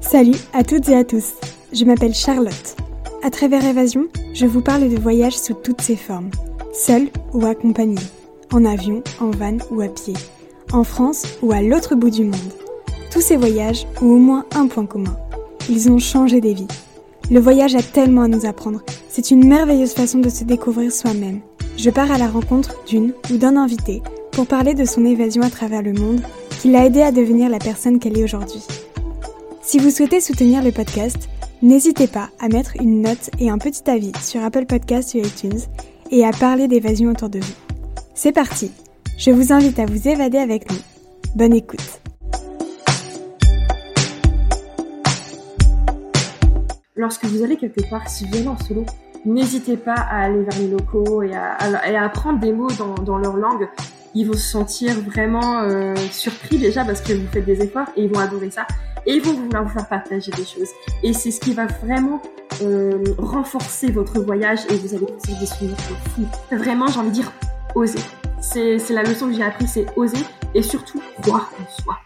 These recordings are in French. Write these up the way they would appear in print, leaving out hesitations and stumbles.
Salut à toutes et à tous, je m'appelle Charlotte. À travers Évasion, je vous parle de voyages sous toutes ses formes, seul ou accompagné, en avion, en van ou à pied, en France ou à l'autre bout du monde. Tous ces voyages ont au moins un point commun, ils ont changé des vies. Le voyage a tellement à nous apprendre, c'est une merveilleuse façon de se découvrir soi-même. Je pars à la rencontre d'une ou d'un invité pour parler de son évasion à travers le monde qui l'a aidé à devenir la personne qu'elle est aujourd'hui. Si vous souhaitez soutenir le podcast, n'hésitez pas à mettre une note et un petit avis sur Apple Podcasts ou iTunes et à parler d'évasion autour de vous. C'est parti, je vous invite à vous évader avec nous. Bonne écoute. Lorsque vous allez quelque part, si vous allez en solo, n'hésitez pas à aller vers les locaux et à apprendre des mots dans leur langue. Ils vont se sentir vraiment surpris déjà parce que vous faites des efforts et ils vont adorer ça. Et ils vont vouloir vous faire partager des choses. Et c'est ce qui va vraiment renforcer votre voyage et vous allez passer des souvenirs fous. Vraiment, j'ai envie de dire, oser. C'est la leçon que j'ai apprise, c'est oser et surtout croire en soi.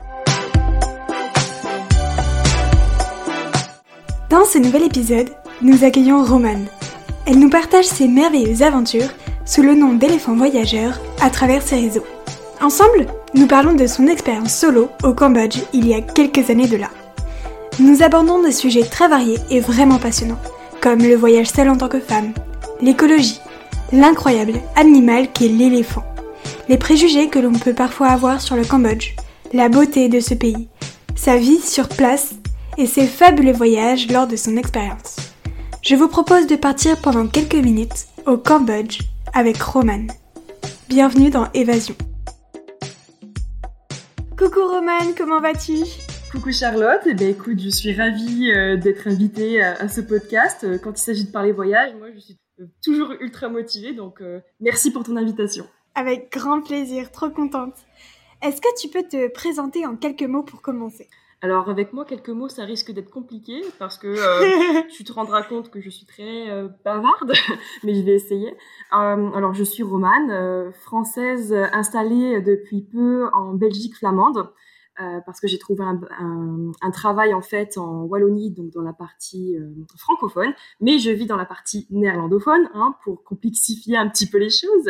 Dans ce nouvel épisode, nous accueillons Romane. Elle nous partage ses merveilleuses aventures sous le nom d'éléphant voyageur à travers ses réseaux. Ensemble, nous parlons de son expérience solo au Cambodge il y a quelques années de là. Nous abordons des sujets très variés et vraiment passionnants, comme le voyage seul en tant que femme, l'écologie, l'incroyable animal qu'est l'éléphant, les préjugés que l'on peut parfois avoir sur le Cambodge, la beauté de ce pays, sa vie sur place et ses fabuleux voyages lors de son expérience. Je vous propose de partir pendant quelques minutes au Cambodge avec Romane. Bienvenue dans Évasion. Coucou Romane, comment vas-tu ? Coucou Charlotte, écoute, je suis ravie d'être invitée à ce podcast. Quand il s'agit de parler voyage, moi je suis toujours ultra motivée, donc merci pour ton invitation. Avec grand plaisir, trop contente. Est-ce que tu peux te présenter en quelques mots pour commencer ? Alors avec moi, quelques mots, ça risque d'être compliqué parce que tu te rendras compte que je suis très bavarde, mais je vais essayer. Alors je suis Romane, française installée depuis peu en Belgique flamande parce que j'ai trouvé un travail en fait en Wallonie, donc dans la partie francophone, mais je vis dans la partie néerlandophone pour complexifier un petit peu les choses.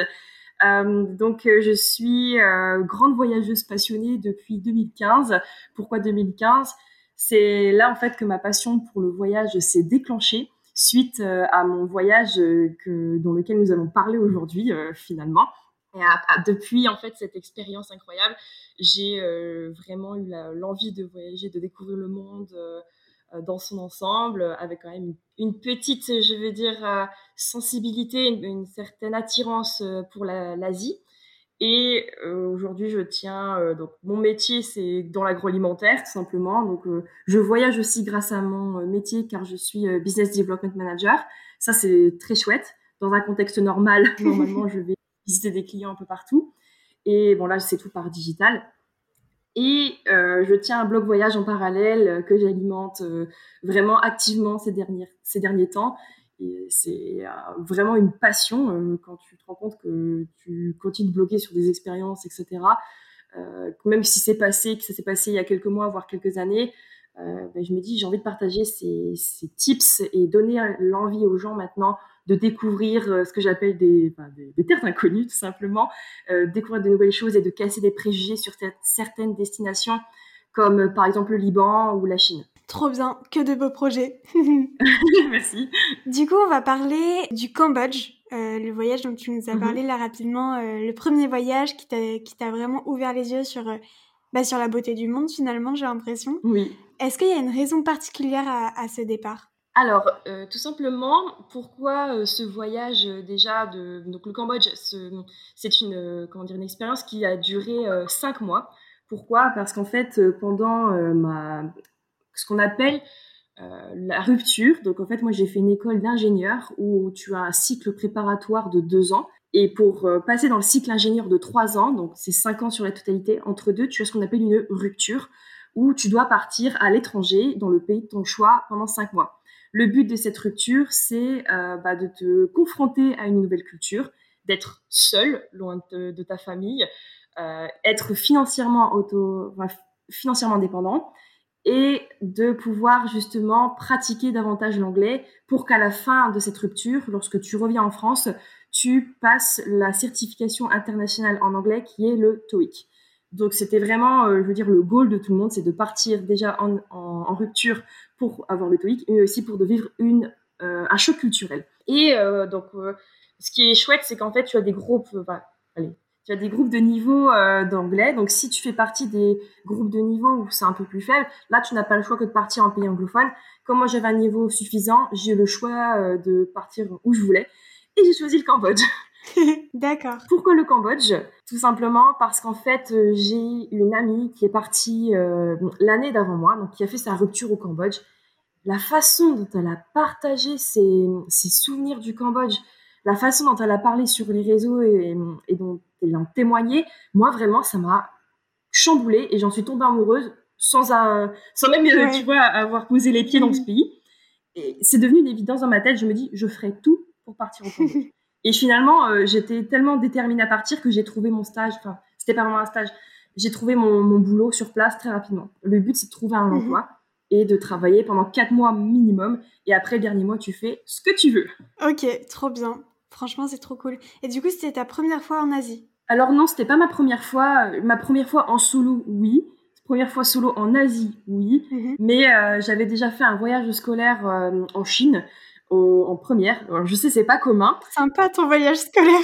Donc je suis grande voyageuse passionnée depuis 2015. Pourquoi 2015 ? C'est là en fait que ma passion pour le voyage s'est déclenchée suite à mon voyage dans lequel nous allons parler aujourd'hui finalement. Et depuis en fait cette expérience incroyable, j'ai vraiment eu l'envie de voyager, de découvrir le monde dans son ensemble, avec quand même une petite, je veux dire, sensibilité, une certaine attirance pour l'Asie. Et aujourd'hui, je tiens... donc, mon métier, c'est dans l'agroalimentaire, tout simplement. Donc, je voyage aussi grâce à mon métier, car je suis Business Development Manager. Ça, c'est très chouette. Dans un contexte normal, normalement, je vais visiter des clients un peu partout. Et bon, là, c'est tout par digital. Et je tiens un blog voyage en parallèle que j'alimente vraiment activement ces derniers temps. Et c'est vraiment une passion quand tu te rends compte que tu continues de bloguer sur des expériences, etc. Même si que ça s'est passé il y a quelques mois, voire quelques années, je me dis j'ai envie de partager ces tips et donner l'envie aux gens maintenant de découvrir ce que j'appelle des terres inconnues, tout simplement, découvrir de nouvelles choses et de casser des préjugés sur certaines destinations, comme par exemple le Liban ou la Chine. Trop bien, que de beaux projets. Merci. Du coup, on va parler du Cambodge, le voyage dont tu nous as parlé là rapidement, le premier voyage qui t'a vraiment ouvert les yeux sur la beauté du monde finalement, j'ai l'impression. Oui. Est-ce qu'il y a une raison particulière à ce départ ? Alors, tout simplement, pourquoi ce voyage déjà donc le Cambodge, c'est une expérience qui a duré 5 mois. Pourquoi ? Parce qu'en fait, pendant ce qu'on appelle la rupture, donc en fait, moi j'ai fait une école d'ingénieur où tu as un cycle préparatoire de 2 ans. Et pour passer dans le cycle ingénieur de 3 ans, donc c'est 5 ans sur la totalité, entre deux, tu as ce qu'on appelle une rupture, où tu dois partir à l'étranger, dans le pays de ton choix, pendant 5 mois. Le but de cette rupture, c'est de te confronter à une nouvelle culture, d'être seul, loin de ta famille, être financièrement indépendant et de pouvoir justement pratiquer davantage l'anglais pour qu'à la fin de cette rupture, lorsque tu reviens en France, tu passes la certification internationale en anglais qui est le TOEIC. Donc c'était vraiment, je veux dire, le goal de tout le monde, c'est de partir déjà en rupture pour avoir le TOEIC, mais aussi pour de vivre un choc culturel. Et ce qui est chouette, c'est qu'en fait, tu as des groupes, tu as des groupes de niveau d'anglais. Donc si tu fais partie des groupes de niveau où c'est un peu plus faible, là tu n'as pas le choix que de partir en pays anglophone. Comme moi j'avais un niveau suffisant, j'ai eu le choix de partir où je voulais et j'ai choisi le Cambodge. D'accord. Pourquoi le Cambodge? Tout simplement parce qu'en fait, j'ai une amie qui est partie l'année d'avant moi, donc qui a fait sa rupture au Cambodge. La façon dont elle a partagé ses souvenirs du Cambodge, la façon dont elle a parlé sur les réseaux et dont elle en témoignait, moi vraiment, ça m'a chamboulée et j'en suis tombée amoureuse sans même, tu vois, avoir posé les pieds dans ce pays. Et c'est devenu une évidence dans ma tête. Je me dis, je ferai tout pour partir au Cambodge. Et finalement, j'étais tellement déterminée à partir que j'ai trouvé mon stage. Enfin, c'était pas vraiment un stage. J'ai trouvé mon boulot sur place très rapidement. Le but, c'est de trouver un emploi et de travailler pendant 4 mois minimum. Et après, le dernier mois, tu fais ce que tu veux. Ok, trop bien. Franchement, c'est trop cool. Et du coup, c'était ta première fois en Asie? Alors non, c'était pas ma première fois. Ma première fois en solo, oui. Première fois solo en Asie, oui. Mais j'avais déjà fait un voyage scolaire en Chine. En première. Alors, je sais, c'est pas commun. Sympa ton voyage scolaire.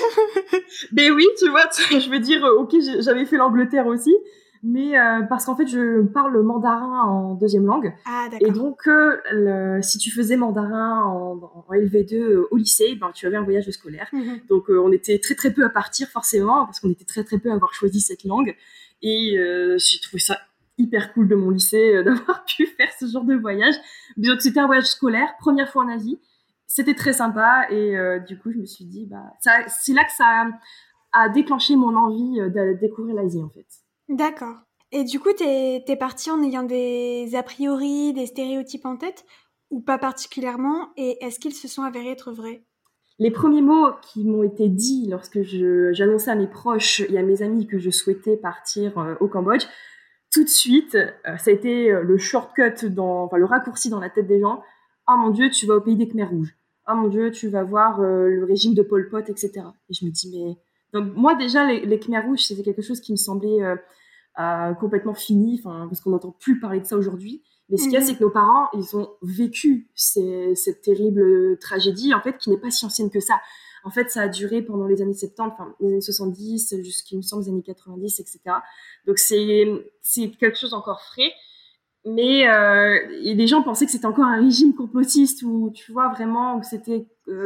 Mais oui, tu vois, je veux dire, ok, j'avais fait l'Angleterre aussi, mais parce qu'en fait, je parle mandarin en deuxième langue. Ah, d'accord. Et donc, si tu faisais mandarin en LV2 au lycée, ben, tu avais un voyage scolaire. Donc, on était très très peu à partir, forcément, parce qu'on était très très peu à avoir choisi cette langue. Et j'ai trouvé ça hyper cool de mon lycée d'avoir pu faire ce genre de voyage. Donc, c'était un voyage scolaire, première fois en Asie. C'était très sympa et du coup, je me suis dit, c'est là que ça a déclenché mon envie de découvrir l'Asie, en fait. D'accord. Et du coup, t'es partie en ayant des a priori, des stéréotypes en tête ou pas particulièrement? Et est-ce qu'ils se sont avérés être vrais? Les premiers mots qui m'ont été dits lorsque j'annonçais à mes proches et à mes amis que je souhaitais partir au Cambodge, tout de suite, ça a été le shortcut, le raccourci dans la tête des gens. « Oh mon Dieu, tu vas au pays des Khmers rouges. Oh mon Dieu, tu vas voir le régime de Pol Pot, etc. » Et je me dis, mais... Donc moi, déjà, les Khmers rouges, c'était quelque chose qui me semblait complètement fini, parce qu'on n'entend plus parler de ça aujourd'hui. Mais ce qu'il y a, c'est que nos parents, ils ont vécu cette terrible tragédie, en fait, qui n'est pas si ancienne que ça. En fait, ça a duré pendant les années 70, les années 70, jusqu'à, il me semble, les années 90, etc. Donc, c'est quelque chose encore frais. Mais et les gens pensaient que c'était encore un régime complotiste où, tu vois, vraiment, où c'était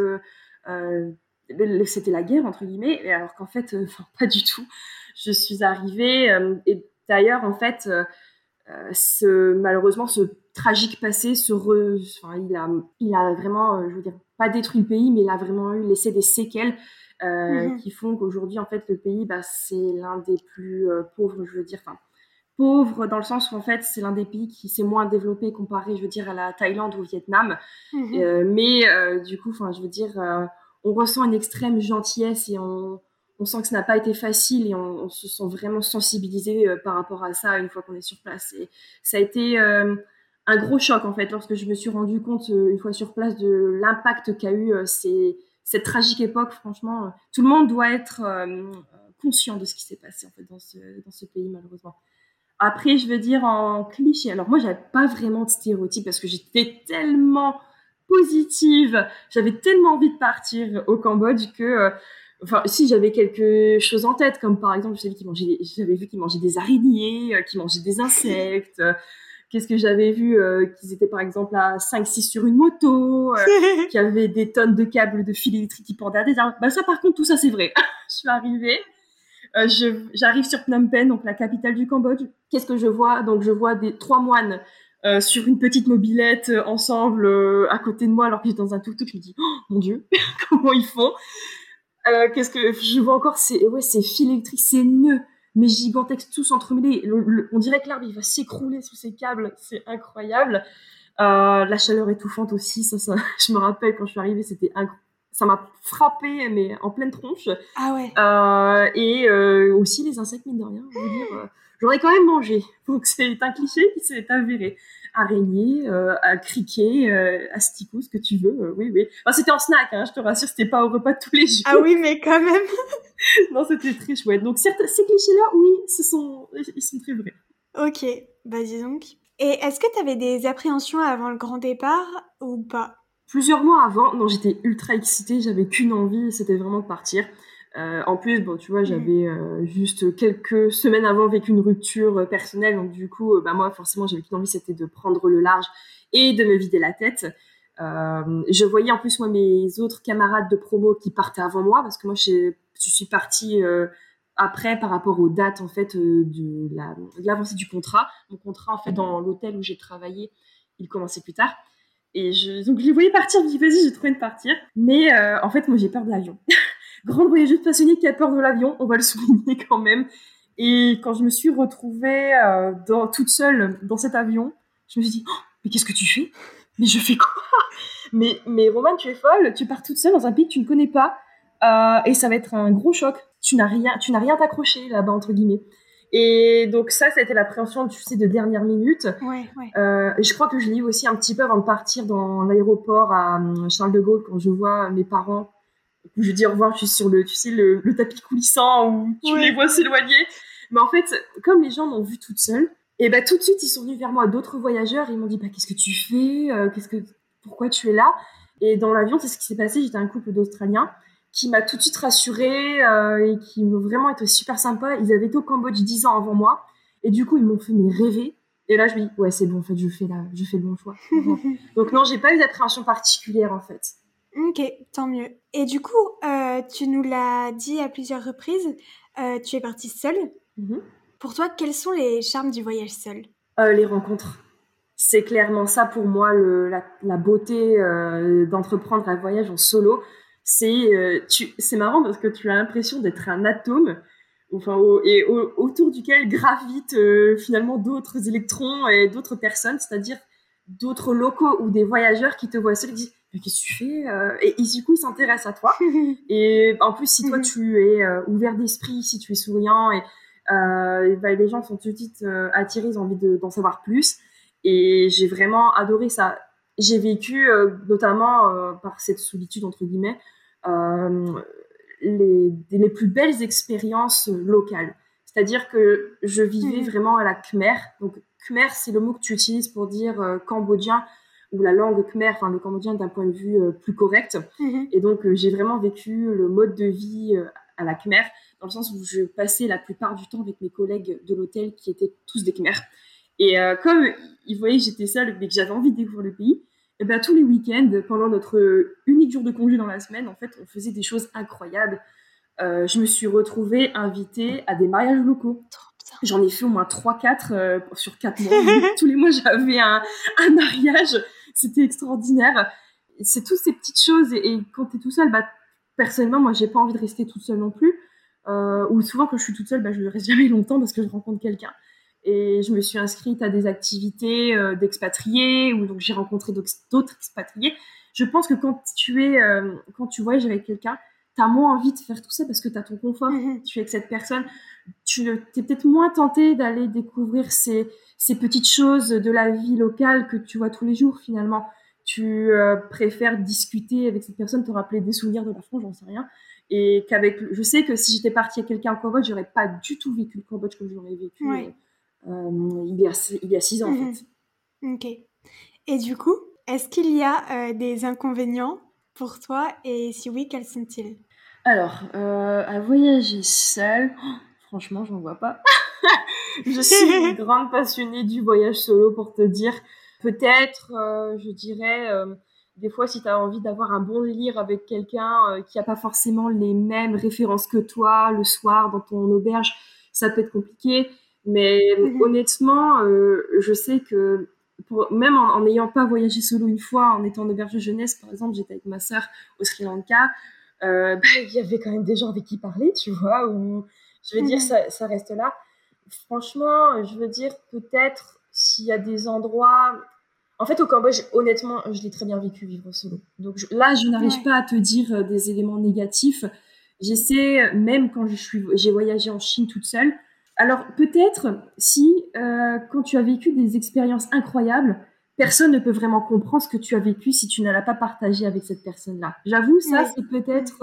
la guerre, entre guillemets, alors qu'en fait, pas du tout. Je suis arrivée, et d'ailleurs, en fait, malheureusement, ce tragique passé, il a vraiment, je veux dire, pas détruit le pays, mais il a vraiment laissé des séquelles qui font qu'aujourd'hui, en fait, le pays, c'est l'un des plus pauvres, je veux dire, pauvre dans le sens où en fait c'est l'un des pays qui s'est moins développé comparé, je veux dire, à la Thaïlande ou au Vietnam. Mais du coup, je veux dire, on ressent une extrême gentillesse et on sent que ça n'a pas été facile et on se sent vraiment sensibilisé par rapport à ça une fois qu'on est sur place. Et ça a été un gros choc en fait lorsque je me suis rendu compte une fois sur place de l'impact qu'a eu cette tragique époque. Franchement, tout le monde doit être conscient de ce qui s'est passé en fait dans ce pays, malheureusement. Après, je veux dire en cliché. Alors moi, j'avais pas vraiment de stéréotypes parce que j'étais tellement positive, j'avais tellement envie de partir au Cambodge que, si j'avais quelque chose en tête, comme par exemple, j'avais vu qu'ils mangeaient des araignées, qu'ils mangeaient des insectes. Qu'est-ce que j'avais vu qu'ils étaient par exemple à 5-6 sur une moto, qu'il y avait des tonnes de câbles de fils électriques qui pendaient à des arbres. Ça, par contre, tout ça, c'est vrai. Je suis arrivée. J'arrive sur Phnom Penh, donc la capitale du Cambodge. Qu'est-ce que je vois? Donc je vois 3 moines sur une petite mobilette ensemble à côté de moi alors que j'étais dans un tuk-tuk. Je me dis, oh mon Dieu, comment ils font? Qu'est-ce que je vois encore? Ces fils électriques, ces nœuds, mais gigantesques, tous entremêlés. On dirait que l'arbre il va s'écrouler sous ces câbles. C'est incroyable. La chaleur étouffante aussi, ça, je me rappelle quand je suis arrivée, c'était ça m'a frappé, mais en pleine tronche. Ah ouais. Et aussi les insectes, mine de rien, je veux dire, j'en ai quand même mangé. Donc c'est un cliché qui s'est avéré. Araignées, à criquet, asticots, ce que tu veux, oui, oui. Enfin, c'était en snack, hein, je te rassure, c'était pas au repas de tous les jours. Ah oui, mais quand même. Non, c'était très chouette. Donc ces clichés-là, oui, ils sont très vrais. Ok, bah dis donc. Et est-ce que tu avais des appréhensions avant le grand départ ou pas? Plusieurs mois avant, non, j'étais ultra excitée, j'avais qu'une envie, c'était vraiment de partir. En plus, bon, tu vois, j'avais juste quelques semaines avant vécu une rupture personnelle, donc du coup, bah moi, forcément, j'avais qu'une envie, c'était de prendre le large et de me vider la tête. Je voyais en plus, moi, mes autres camarades de promo qui partaient avant moi, parce que moi, je suis partie après par rapport aux dates, en fait, de l'avancée du contrat. Mon contrat, en fait, dans l'hôtel où j'ai travaillé, il commençait plus tard. Et donc je les voyais partir, je me dis vas-y, j'ai trop envie de partir. Mais en fait, moi j'ai peur de l'avion. Grande voyageuse passionnée qui a peur de l'avion, on va le souligner quand même. Et quand je me suis retrouvée toute seule dans cet avion, je me suis dit, oh, mais qu'est-ce que tu fais? Mais je fais quoi? Mais Romane, tu es folle, tu pars toute seule dans un pays que tu ne connais pas. Et ça va être un gros choc. Tu n'as rien t'accrocher là-bas, entre guillemets. Et donc ça a été l'appréhension, tu sais, de dernière minute. Ouais, ouais. Je crois que je l'ai eu aussi un petit peu avant de partir dans l'aéroport à Charles de Gaulle, quand je vois mes parents. Je dis au revoir, je suis sur le tapis coulissant où tu les vois s'éloigner. Mais en fait, comme les gens m'ont vue toute seule, et bah tout de suite ils sont venus vers moi, d'autres voyageurs, et ils m'ont dit bah qu'est-ce que tu fais, pourquoi tu es là? Et dans l'avion, c'est ce qui s'est passé. J'étais un couple d'Australiens qui m'a tout de suite rassurée et qui m'ont vraiment été super sympas. Ils avaient été au Cambodge 10 ans avant moi, et du coup ils m'ont fait rêver. Et là je me dis ouais c'est bon, en fait je fais le bon choix. Donc non, j'ai pas eu d'appréhension particulière en fait. Ok, tant mieux. Et du coup, tu nous l'as dit à plusieurs reprises, tu es partie seule. Mm-hmm. Pour toi, quels sont les charmes du voyage seul? Les rencontres. C'est clairement ça pour moi, la beauté d'entreprendre un voyage en solo. C'est marrant parce que tu as l'impression d'être un atome, enfin, autour duquel gravitent finalement d'autres électrons et d'autres personnes, c'est-à-dire d'autres locaux ou des voyageurs qui te voient seul et disent mais qu'est-ce que tu fais, et du coup ils s'intéressent à toi. Et en plus, si toi tu es ouvert d'esprit, si tu es souriant, et les gens sont tout de suite attirés, ils ont envie d'en savoir plus. Et j'ai vraiment adoré ça. J'ai vécu, notamment par cette solitude, entre guillemets, les plus belles expériences locales. C'est-à-dire que je vivais vraiment à la Khmer. Donc, Khmer, c'est le mot que tu utilises pour dire cambodgien, ou la langue khmer, enfin le cambodgien d'un point de vue plus correct. Et donc, j'ai vraiment vécu le mode de vie à la Khmer, dans le sens où je passais la plupart du temps avec mes collègues de l'hôtel qui étaient tous des Khmers. Et comme ils voyaient que j'étais seule mais que j'avais envie de découvrir le pays, et ben tous les week-ends, pendant notre unique jour de congé dans la semaine, en fait, on faisait des choses incroyables. Je me suis retrouvée invitée à des mariages locaux. J'en ai fait au moins 3-4 sur 4 mois. Tous les mois, j'avais un mariage. C'était extraordinaire. C'est toutes ces petites choses. Et quand tu es tout seul, bah, personnellement, moi, j'ai pas envie de rester toute seule non plus. Ou souvent, quand je suis toute seule, bah, je ne reste jamais longtemps parce que je rencontre quelqu'un. Et je me suis inscrite à des activités d'expatriés, où donc j'ai rencontré d'autres expatriés. Je pense que quand tu voyages avec quelqu'un, tu as moins envie de faire tout ça parce que tu as ton confort. Tu es avec cette personne. Tu es peut-être moins tenté d'aller découvrir ces petites choses de la vie locale que tu vois tous les jours finalement. Tu préfères discuter avec cette personne, te rappeler des souvenirs de la France, j'en sais rien. Et je sais que si j'étais partie avec quelqu'un au Cambodge, j'aurais pas du tout vécu le Cambodge comme j'aurais vécu il y a 6 ans en fait. Ok. Et du coup, est-ce qu'il y a des inconvénients pour toi, et si oui, quels sont-ils? Alors, à voyager seule, franchement, j'en vois pas. Je suis une grande passionnée du voyage solo, pour te dire. Peut-être, je dirais, des fois, si tu as envie d'avoir un bon délire avec quelqu'un qui n'a pas forcément les mêmes références que toi le soir dans ton auberge, ça peut être compliqué. Mais honnêtement, je sais que même en n'ayant pas voyagé solo une fois, en étant en auberge de jeunesse, par exemple, j'étais avec ma sœur au Sri Lanka, il y avait quand même des gens avec qui parler, tu vois, ou je veux dire, ça reste là. Franchement, je veux dire, peut-être s'il y a des endroits, En fait, au Cambodge, honnêtement, je l'ai très bien vécu vivre solo. Donc là, je n'arrive pas à te dire des éléments négatifs. J'essaie, même quand j'ai voyagé en Chine toute seule. Alors peut-être si quand tu as vécu des expériences incroyables, personne ne peut vraiment comprendre ce que tu as vécu si tu ne l'as pas partagé avec cette personne-là. J'avoue, ça c'est peut-être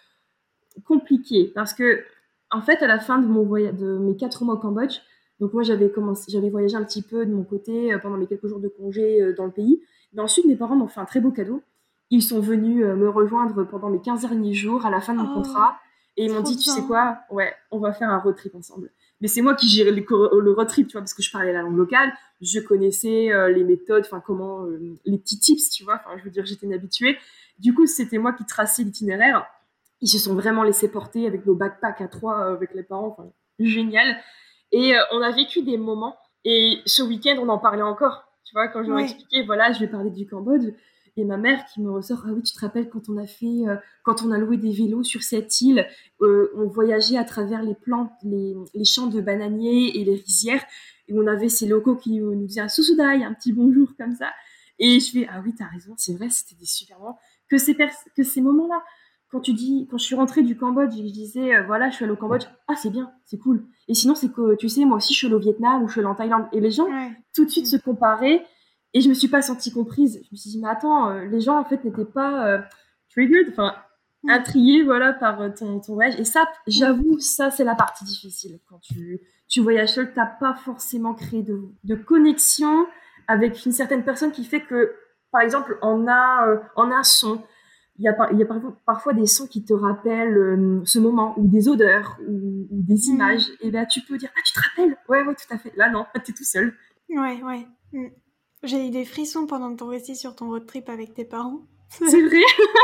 compliqué parce que en fait, à la fin de de mes 4 mois au Cambodge, donc moi j'avais voyagé un petit peu de mon côté pendant mes quelques jours de congé dans le pays. Mais ensuite, mes parents m'ont fait un très beau cadeau. Ils sont venus me rejoindre pendant mes 15 derniers jours à la fin de mon contrat et ils m'ont dit, tu sais quoi, ouais, on va faire un road trip ensemble. Mais c'est moi qui gérais le road trip, tu vois, parce que je parlais la langue locale, je connaissais les méthodes, enfin comment, les petits tips, tu vois, enfin je veux dire, j'étais une habituée. Du coup, c'était moi qui traçais l'itinéraire. Ils se sont vraiment laissés porter avec nos backpacks à 3 avec les parents, enfin génial. Et on a vécu des moments. Et ce week-end, on en parlait encore. Tu vois, quand je leur ai expliqué, voilà, je vais parler du Cambodge. Et ma mère qui me ressort, ah oui, tu te rappelles quand on a fait, quand on a loué des vélos sur cette île, on voyageait à travers les plantes, les champs de bananiers et les rizières, et on avait ces locaux qui nous disaient un susudai, un petit bonjour comme ça. Et je fais, ah oui, t'as raison, c'est vrai, c'était des super moments. Que ces moments-là, quand je suis rentrée du Cambodge et que je disais, voilà, je suis allée au Cambodge, ah, c'est bien, c'est cool. Et sinon, c'est que, tu sais, moi aussi, je suis allée au Vietnam ou je suis allée en Thaïlande. Et les gens, tout de suite, se comparaient. Et je me suis pas sentie comprise. Je me suis dit, mais attends, les gens, en fait, n'étaient pas triggered, enfin, intrigués, voilà, par ton voyage. Et ça, j'avoue, ça, c'est la partie difficile. Quand tu voyages seul, t'as pas forcément créé de connexion avec une certaine personne qui fait que, par exemple, en un son, il y a parfois des sons qui te rappellent ce moment, ou des odeurs, ou des images. Et là, tu peux dire, ah, tu te rappelles? Ouais, tout à fait. Là, non, t'es tout seul. Ouais. J'ai eu des frissons pendant ton récit sur ton road trip avec tes parents. C'est vrai.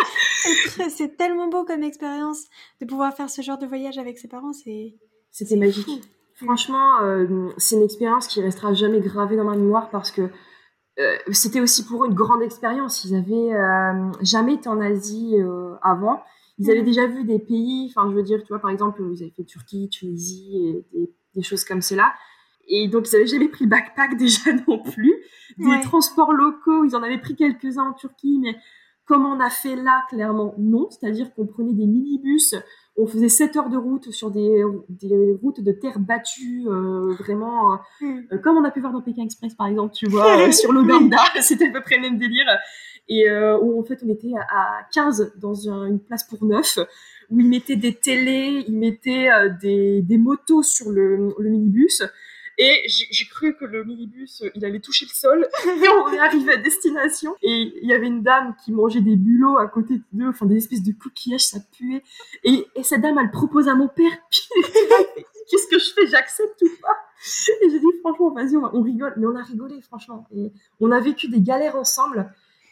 C'est tellement beau comme expérience de pouvoir faire ce genre de voyage avec ses parents. C'était magique. Fou. Franchement, c'est une expérience qui restera jamais gravée dans ma mémoire parce que c'était aussi pour eux une grande expérience. Ils avaient jamais été en Asie avant. Ils avaient déjà vu des pays, enfin je veux dire, tu vois, par exemple, ils avaient fait Turquie, Tunisie, et des choses comme cela. Et donc, ils n'avaient jamais pris le backpack déjà non plus. Des transports locaux, ils en avaient pris quelques-uns en Turquie, mais comme on a fait là, clairement, non. C'est-à-dire qu'on prenait des minibus, on faisait 7 heures de route sur des routes de terre battue, vraiment, comme on a pu voir dans Pékin Express, par exemple, tu vois, sur l'Ouganda, c'était à peu près le même délire. Et où, en fait, on était à 15 dans une place pour 9, où ils mettaient des télés, ils mettaient des motos sur le minibus. Et j'ai cru que le minibus, il allait toucher le sol. Et on est arrivé à destination. Et il y avait une dame qui mangeait des bulots à côté d'eux, enfin des espèces de coquillages, ça puait. Et cette dame, elle propose à mon père. Puis qu'est-ce que je fais? J'accepte ou pas? Et j'ai dit, franchement, vas-y, on rigole. Mais on a rigolé, franchement. Et on a vécu des galères ensemble.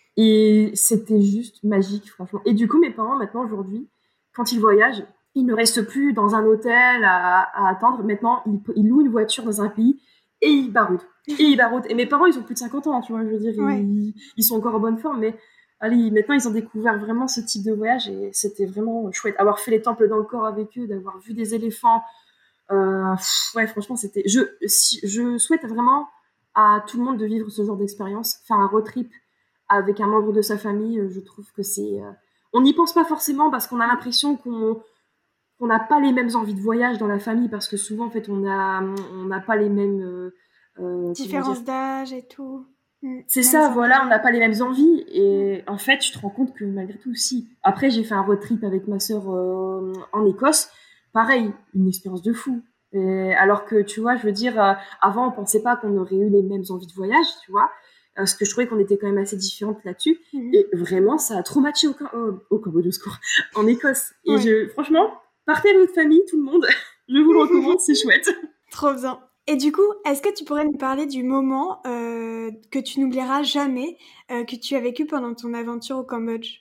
Et c'était juste magique, franchement. Et du coup, mes parents, maintenant, aujourd'hui, quand ils voyagent, ils ne restent plus dans un hôtel à attendre. Maintenant, ils louent une voiture dans un pays et ils baroudent. Et mes parents, ils ont plus de 50 ans, tu vois, je veux dire, ils sont encore en bonne forme, mais allez, maintenant, ils ont découvert vraiment ce type de voyage et c'était vraiment chouette. Avoir fait les temples d'Angkor avec eux, d'avoir vu des éléphants, ouais, franchement, c'était... Je souhaite vraiment à tout le monde de vivre ce genre d'expérience, faire un road trip avec un membre de sa famille. Je trouve que c'est... On n'y pense pas forcément parce qu'on a l'impression qu'on n'a pas les mêmes envies de voyage dans la famille parce que souvent, en fait, on n'a pas les mêmes... différences d'âge et tout. C'est ça, voilà, on n'a pas les mêmes envies. Et en fait, tu te rends compte que malgré tout, si. Après, j'ai fait un road trip avec ma sœur en Écosse. Pareil, une expérience de fou. Et alors que, tu vois, je veux dire, avant, on pensait pas qu'on aurait eu les mêmes envies de voyage, tu vois. Parce que je trouvais qu'on était quand même assez différentes là-dessus. Et vraiment, ça a trop matché au Cambodge, au secours, en Écosse. Et franchement, partez avec votre famille, tout le monde. Je vous le recommande, c'est chouette. Trop bien. Et du coup, est-ce que tu pourrais nous parler du moment que tu n'oublieras jamais que tu as vécu pendant ton aventure au Cambodge?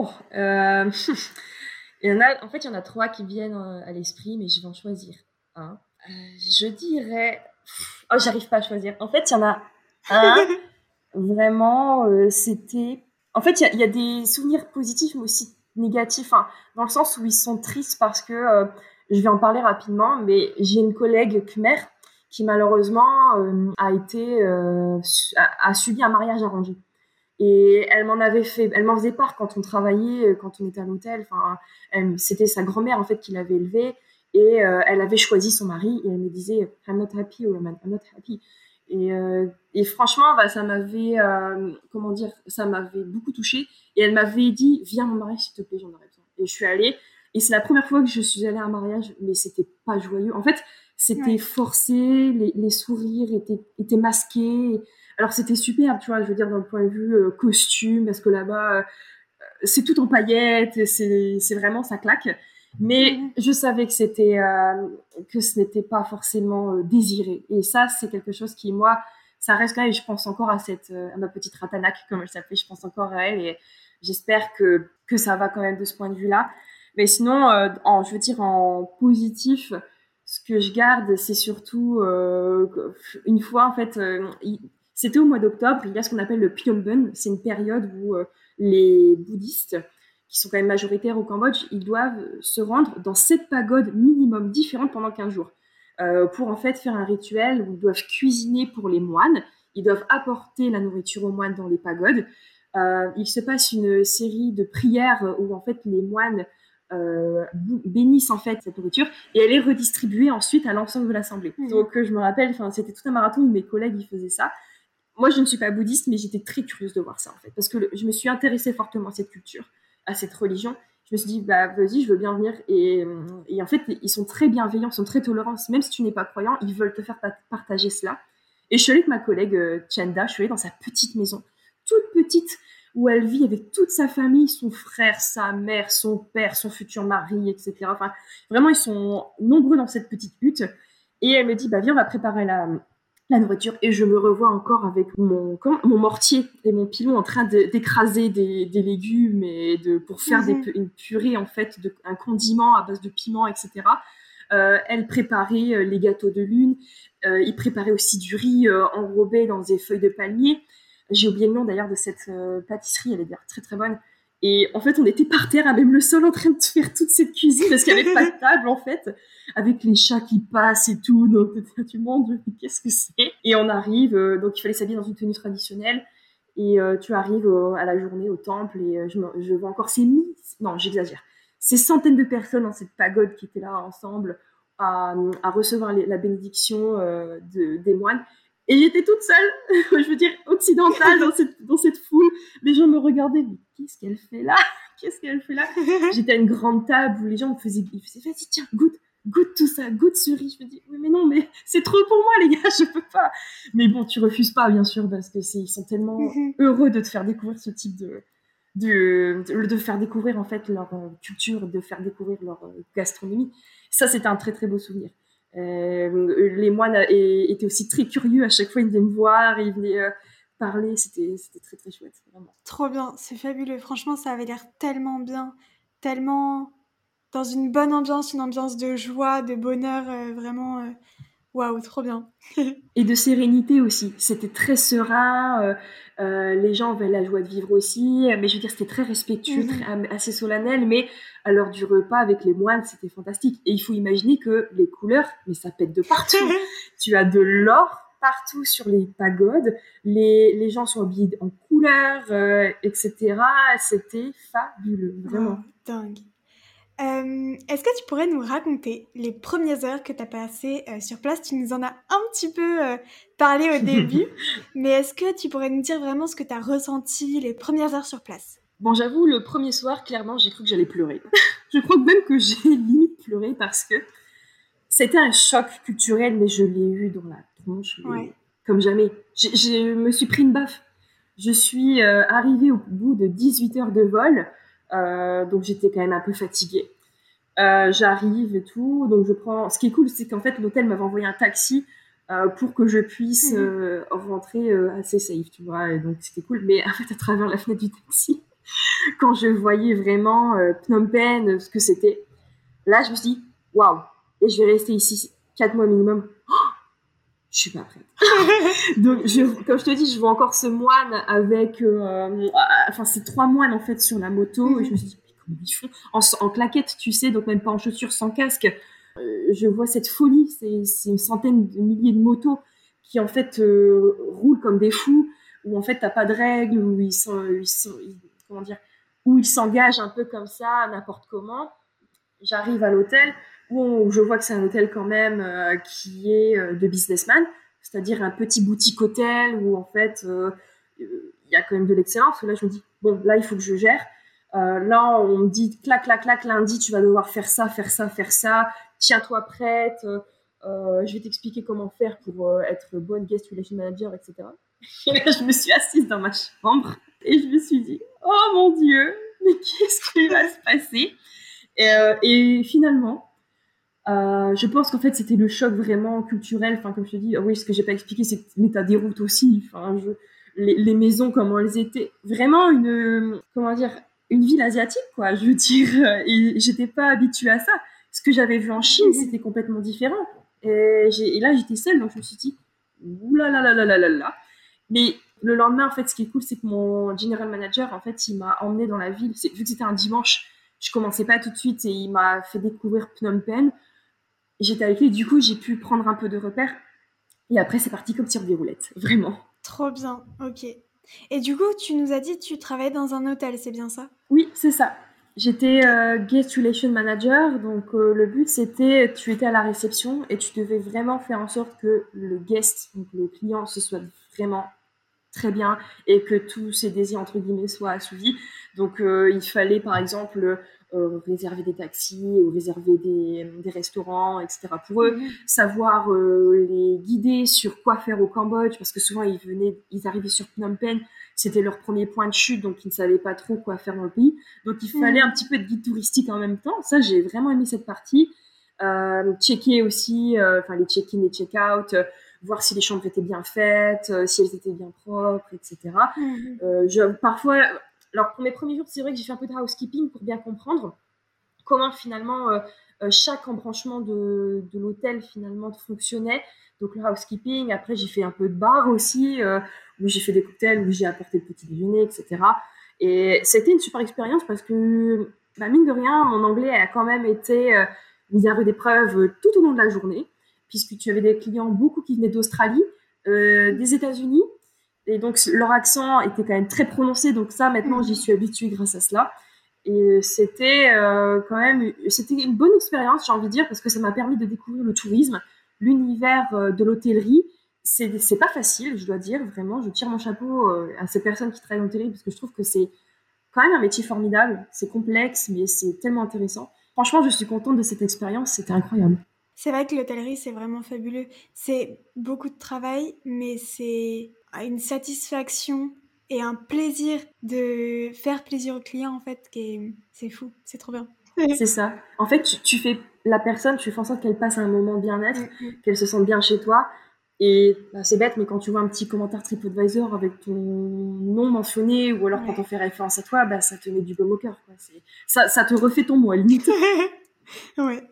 Il y en a 3 qui viennent à l'esprit, mais je vais en choisir un. Je dirais... Oh, j'arrive pas à choisir. En fait, il y en a un, vraiment, c'était... En fait, il y a des souvenirs positifs, mais aussi négatifs, hein, dans le sens où ils sont tristes parce que... je vais en parler rapidement, mais j'ai une collègue khmer qui malheureusement a subi un mariage arrangé. Et elle m'en faisait part quand on travaillait, quand on était à l'hôtel. Enfin, c'était sa grand-mère en fait qui l'avait élevée, et elle avait choisi son mari. Et elle me disait, I'm not happy, woman, I'm not happy. Et franchement, bah, ça m'avait, ça m'avait beaucoup touchée. Et elle m'avait dit, viens à mon mariage s'il te plaît, j'en aurais besoin. Et je suis allée. Et c'est la première fois que je suis allée à un mariage, mais c'était pas joyeux. En fait, c'était forcé, les sourires étaient masqués. Alors c'était superbe, tu vois, je veux dire, d'un point de vue costume, parce que là-bas, c'est tout en paillettes, c'est vraiment, ça claque. Mais je savais que que ce n'était pas forcément désiré. Et ça, c'est quelque chose qui, moi, ça reste quand même, je pense encore à ma petite Ratanak, comme elle s'appelait, je pense encore à elle, et j'espère que ça va quand même de ce point de vue-là. Mais sinon, je veux dire, en positif, ce que je garde, c'est surtout, une fois, en fait, c'était au mois d'octobre, il y a ce qu'on appelle le Pyeongbun. C'est une période où les bouddhistes, qui sont quand même majoritaires au Cambodge, ils doivent se rendre dans 7 pagodes minimum différentes pendant 15 jours. Pour en fait faire un rituel où ils doivent cuisiner pour les moines, ils doivent apporter la nourriture aux moines dans les pagodes. Il se passe une série de prières où en fait les moines bénissent en fait cette nourriture, et elle est redistribuée ensuite à l'ensemble de l'assemblée. Donc je me rappelle, c'était tout un marathon où mes collègues ils faisaient ça. Moi, je ne suis pas bouddhiste, mais j'étais très curieuse de voir ça, en fait, parce que je me suis intéressée fortement à cette culture, à cette religion. Je me suis dit, bah, vas-y, je veux bien venir. Et en fait, ils sont très bienveillants, ils sont très tolérants. Même si tu n'es pas croyant, ils veulent te faire partager cela. Et je suis allée avec ma collègue Chanda, je suis allée dans sa petite maison, toute petite, où elle vit avec toute sa famille, son frère, sa mère, son père, son futur mari, etc. Enfin, vraiment, ils sont nombreux dans cette petite hutte. Et elle me dit, bah, viens, on va préparer la nourriture, et je me revois encore avec mon mortier et mon pilon en train d'écraser des légumes et pour faire une purée, en fait, un condiment à base de piment, etc. Elle préparait les gâteaux de lune, il préparait aussi du riz enrobé dans des feuilles de palmier. J'ai oublié le nom d'ailleurs de cette pâtisserie, elle est d'ailleurs très très bonne. Et en fait, on était par terre, à même le sol, en train de faire toute cette cuisine, parce qu'il n'y avait pas de table, en fait, avec les chats qui passent et tout. Donc, tu me demandes, qu'est-ce que c'est? Et on arrive, donc il fallait s'habiller dans une tenue traditionnelle. Et tu arrives à la journée au temple, et je vois encore non, j'exagère, ces centaines de personnes dans cette pagode qui étaient là ensemble à recevoir la bénédiction des moines. Et j'étais toute seule, je veux dire, occidentale, dans cette foule. Les gens me regardaient, mais qu'est-ce qu'elle fait là? Qu'est-ce qu'elle fait là? J'étais à une grande table où les gens me faisaient, vas-y, tiens, goûte tout ça, goûte ce riz. Je me dis, oui, mais non, mais c'est trop pour moi, les gars, je peux pas. Mais bon, tu refuses pas, bien sûr, parce que ils sont tellement heureux de te faire découvrir ce type de faire découvrir, en fait, leur culture, de faire découvrir leur gastronomie. Ça, c'était un très, très beau souvenir. Les moines étaient aussi très curieux. À chaque fois, ils venaient me voir, ils venaient parler. C'était très, très chouette, vraiment. Trop bien, c'est fabuleux. Franchement, ça avait l'air tellement bien, tellement dans une bonne ambiance, une ambiance de joie, de bonheur, vraiment. Waouh, trop bien. Et de sérénité aussi. C'était très serein. Les gens avaient la joie de vivre aussi. Mais je veux dire, c'était très respectueux, assez solennel. Mais à l'heure du repas avec les moines, c'était fantastique. Et il faut imaginer que les couleurs, mais ça pète de partout. Tu as de l'or partout sur les pagodes. Les gens sont habillés en couleurs, etc. C'était fabuleux, vraiment. Oh, dingue. Est-ce que tu pourrais nous raconter les premières heures que tu as passées sur place? Tu nous en as un petit peu parlé au début, mais est-ce que tu pourrais nous dire vraiment ce que tu as ressenti les premières heures sur place? Bon, j'avoue, le premier soir, clairement, j'ai cru que j'allais pleurer. Je crois même que j'ai limite pleuré, parce que c'était un choc culturel, mais je l'ai eu dans la tronche, comme jamais. Je me suis pris une baffe. Je suis arrivée au bout de 18 heures de vol, donc j'étais quand même un peu fatiguée. J'arrive et tout, donc je prends... Ce qui est cool, c'est qu'en fait, l'hôtel m'avait envoyé un taxi pour que je puisse rentrer assez safe, tu vois, et donc c'était cool. Mais en fait, à travers la fenêtre du taxi, quand je voyais vraiment Phnom Penh, ce que c'était, là, je me suis dit, waouh, et je vais rester ici 4 mois minimum. Je suis pas prête. Donc, comme je te dis, je vois encore ce moine avec... enfin, c'est 3 moines, en fait, sur la moto. Et je me suis dit, mais comment ils font en claquettes, tu sais, donc même pas en chaussures, sans casque. Je vois cette folie, c'est une centaine de milliers de motos qui en fait roulent comme des fous, où en fait t'as pas de règles, où comment dire, où ils s'engagent un peu comme ça, n'importe comment. J'arrive à l'hôtel où je vois que c'est un hôtel quand même qui est de businessman, c'est-à-dire un petit boutique hôtel où en fait il y a quand même de l'excellence. Là, je me dis bon, là il faut que je gère. Là, on me dit clac, clac, clac, lundi, tu vas devoir faire ça, faire ça, faire ça. Tiens-toi prête. Je vais t'expliquer comment faire pour être bonne guest relation manager, etc. Et là, je me suis assise dans ma chambre et je me suis dit, oh mon Dieu, mais qu'est-ce qui va se passer? Et finalement, je pense qu'en fait, c'était le choc vraiment culturel. Enfin, comme je te dis, oui, ce que j'ai pas expliqué, c'est l'état des routes aussi. Enfin, les maisons, comment elles étaient. Vraiment comment dire, une ville asiatique, quoi. Je veux dire, et j'étais pas habituée à ça. Ce que j'avais vu en Chine, c'était complètement différent. Et là, j'étais seule, donc je me suis dit, ouh là là là là là là là. Mais le lendemain, en fait, ce qui est cool, c'est que mon general manager, en fait, il m'a emmené dans la ville. Vu que c'était un dimanche, je commençais pas tout de suite et il m'a fait découvrir Phnom Penh. J'étais avec lui, du coup, j'ai pu prendre un peu de repères. Et après, c'est parti comme sur des roulettes, vraiment. Trop bien, ok. Et du coup, tu nous as dit que tu travaillais dans un hôtel, c'est bien ça? Oui, c'est ça. J'étais Ok. guest relation manager, donc le but c'était, tu étais à la réception et tu devais vraiment faire en sorte que le guest, donc le client, se soit vraiment très bien et que tous ses désirs entre guillemets soient assouvis. Donc il fallait par exemple réserver des taxis ou réserver des restaurants, etc. pour eux, savoir les guider sur quoi faire au Cambodge parce que souvent ils arrivaient sur Phnom Penh, c'était leur premier point de chute donc ils ne savaient pas trop quoi faire dans le pays. Donc il fallait un petit peu de guide touristique en même temps. Ça j'ai vraiment aimé cette partie. Checker aussi, les check-in et check-out, voir si les chambres étaient bien faites, si elles étaient bien propres, etc. Parfois, alors pour mes premiers jours, c'est vrai que j'ai fait un peu de housekeeping pour bien comprendre comment finalement chaque embranchement de l'hôtel finalement fonctionnait. Donc le housekeeping, après j'ai fait un peu de bar aussi, où j'ai fait des cocktails, où j'ai apporté le petit déjeuner, etc. Et c'était une super expérience parce que, mine de rien, mon anglais a quand même été mis à rude épreuve tout au long de la journée, puisque tu avais des clients beaucoup qui venaient d'Australie, des États-Unis, et donc leur accent était quand même très prononcé, donc ça maintenant j'y suis habituée grâce à cela. Et c'était quand même c'était une bonne expérience, j'ai envie de dire, parce que ça m'a permis de découvrir le tourisme, l'univers de l'hôtellerie. C'est pas facile, je dois dire, vraiment. Je tire mon chapeau à ces personnes qui travaillent en hôtellerie parce que je trouve que c'est quand même un métier formidable. C'est complexe, mais c'est tellement intéressant. Franchement, je suis contente de cette expérience, c'était incroyable. C'est vrai que l'hôtellerie, c'est vraiment fabuleux. C'est beaucoup de travail, mais c'est une satisfaction et un plaisir de faire plaisir aux clients, en fait, c'est fou, c'est trop bien. C'est ça. En fait, tu fais la personne, tu fais en sorte qu'elle passe un moment bien-être, qu'elle se sente bien chez toi. Et c'est bête, mais quand tu vois un petit commentaire TripAdvisor avec ton nom mentionné, ou alors quand on fait référence à toi, ça te met du baume au cœur. Quoi. Ça te refait ton mois, limite. Ouais.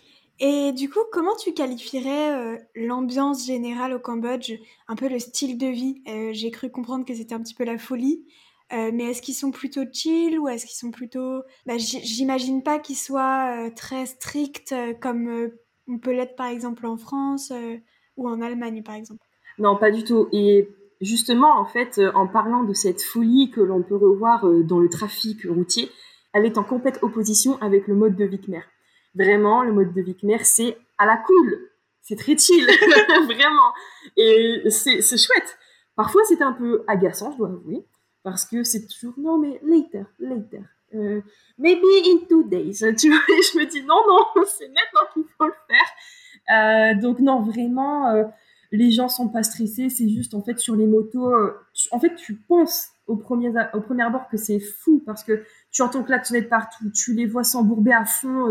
Et du coup, comment tu qualifierais l'ambiance générale au Cambodge, un peu le style de vie? J'ai cru comprendre que c'était un petit peu la folie, mais est-ce qu'ils sont plutôt chill ou est-ce qu'ils sont plutôt... j'imagine pas qu'ils soient très stricts comme on peut l'être par exemple en France ou en Allemagne par exemple. Non, pas du tout. Et justement, en fait, en parlant de cette folie que l'on peut revoir dans le trafic routier, elle est en complète opposition avec le mode de vie khmer. Vraiment, le mode de vie khmer, c'est à la cool. C'est très chill, vraiment. Et c'est chouette. Parfois, c'est un peu agaçant, je dois avouer, parce que c'est toujours non, mais later, later. Maybe in 2 days. Tu vois, et je me dis non, non, c'est maintenant qu'il faut le faire. Donc non, vraiment, les gens sont pas stressés. C'est juste en fait sur les motos. En fait, tu penses au premier abord que c'est fou parce que tu entends klaxonner de partout, tu les vois s'embourber à fond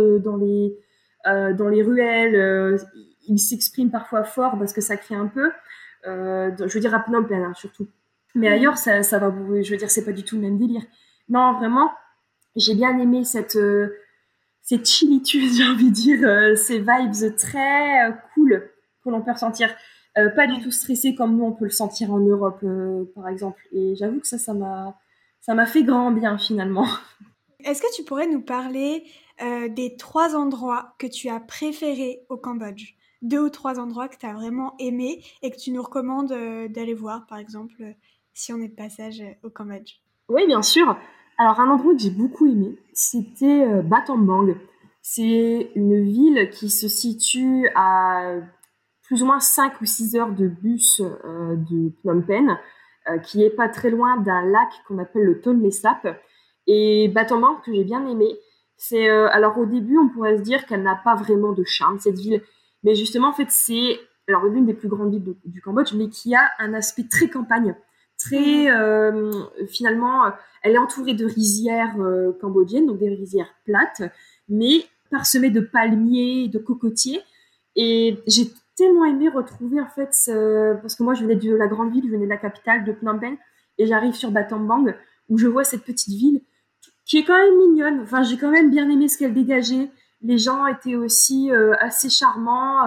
dans les ruelles. Ils s'expriment parfois fort parce que ça crie un peu. Je veux dire à Phnom Penh surtout. Mais ailleurs, ça va. Je veux dire, c'est pas du tout le même délire. Non, vraiment, j'ai bien aimé cette chillitude, j'ai envie de dire, ces vibes très cool que l'on peut ressentir. Pas du tout stressé comme nous on peut le sentir en Europe, par exemple. Et j'avoue que ça m'a fait grand bien finalement. Est-ce que tu pourrais nous parler des 3 endroits que tu as préférés au Cambodge. 2 ou 3 endroits que tu as vraiment aimés et que tu nous recommandes d'aller voir, par exemple, si on est de passage au Cambodge. Oui, bien sûr. Alors, un endroit que j'ai beaucoup aimé, c'était Battambang. C'est une ville qui se situe à plus ou moins 5 ou 6 heures de bus de Phnom Penh, qui est pas très loin d'un lac qu'on appelle le Tonle Sap. Et Battambang, que j'ai bien aimé, c'est... alors, au début, on pourrait se dire qu'elle n'a pas vraiment de charme, cette ville. Mais justement, en fait, c'est alors l'une des plus grandes villes du Cambodge, mais qui a un aspect très campagne. Très, finalement, elle est entourée de rizières cambodgiennes, donc des rizières plates, mais parsemées de palmiers, de cocotiers. Et j'ai tellement aimé retrouver, en fait, parce que moi, je venais de la grande ville, je venais de la capitale, de Phnom Penh, et j'arrive sur Battambang, où je vois cette petite ville qui est quand même mignonne. Enfin, j'ai quand même bien aimé ce qu'elle dégageait. Les gens étaient aussi assez charmants.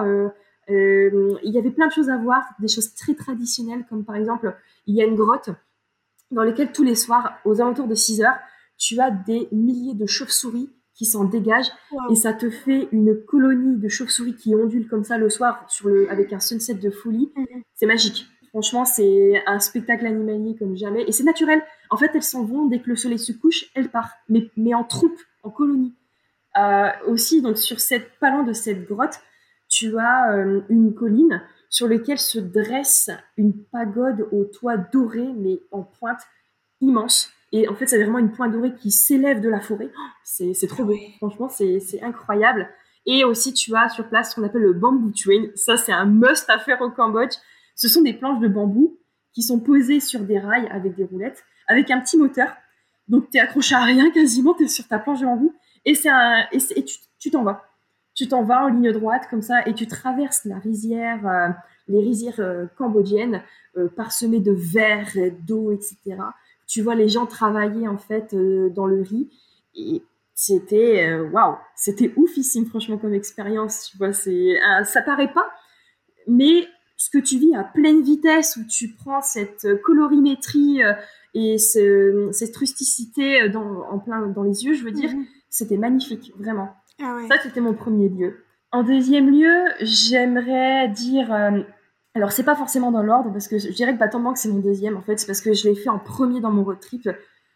Il y avait plein de choses à voir, des choses très traditionnelles, comme par exemple, il y a une grotte dans laquelle tous les soirs, aux alentours de 6 heures, tu as des milliers de chauves-souris qui s'en dégagent et ça te fait une colonie de chauves-souris qui ondulent comme ça le soir avec un sunset de folie. C'est magique. Franchement, c'est un spectacle animalier comme jamais et c'est naturel. En fait, elles s'en vont dès que le soleil se couche, elles partent, mais en troupe, en colonie. Aussi, donc pas loin de cette grotte, tu as une colline sur laquelle se dresse une pagode au toit doré, mais en pointe immense. Et en fait, c'est vraiment une pointe dorée qui s'élève de la forêt. Oh, c'est trop beau. Franchement, c'est incroyable. Et aussi, tu as sur place ce qu'on appelle le bamboo train. Ça, c'est un must à faire au Cambodge. Ce sont des planches de bambou qui sont posées sur des rails avec des roulettes, avec un petit moteur. Donc, tu es accroché à rien quasiment, tu es sur ta planche de bambou. Et tu t'en vas. Tu t'en vas en ligne droite comme ça et tu traverses la rizière, les rizières cambodgiennes parsemées de verre, d'eau, etc. Tu vois les gens travailler en fait dans le riz et c'était waouh, c'était oufissime franchement comme expérience. Tu vois, ça paraît pas, mais ce que tu vis à pleine vitesse où tu prends cette colorimétrie et cette rusticité en plein dans les yeux, je veux dire, c'était magnifique, vraiment. Ah ouais. Ça, c'était mon premier lieu. En deuxième lieu, j'aimerais dire... alors, c'est pas forcément dans l'ordre, parce que je dirais que Battambang, c'est mon deuxième, en fait. C'est parce que je l'ai fait en premier dans mon road trip.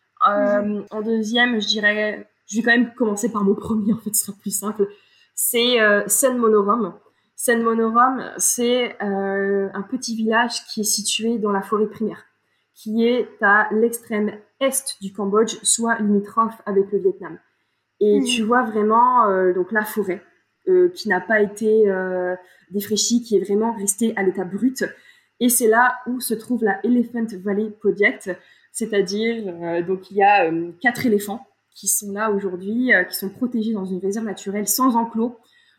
En deuxième, je vais quand même commencer par mon premier, en fait, ce sera plus simple. C'est Sen Monorom. Sen Monorom, c'est un petit village qui est situé dans la forêt primaire, qui est à l'extrême est du Cambodge, soit limitrophe avec le Vietnam. Et tu vois vraiment donc la forêt qui n'a pas été défraîchie, qui est vraiment restée à l'état brut. Et c'est là où se trouve la Elephant Valley Project, c'est-à-dire donc il y a 4 éléphants qui sont là aujourd'hui, qui sont protégés dans une réserve naturelle sans enclos,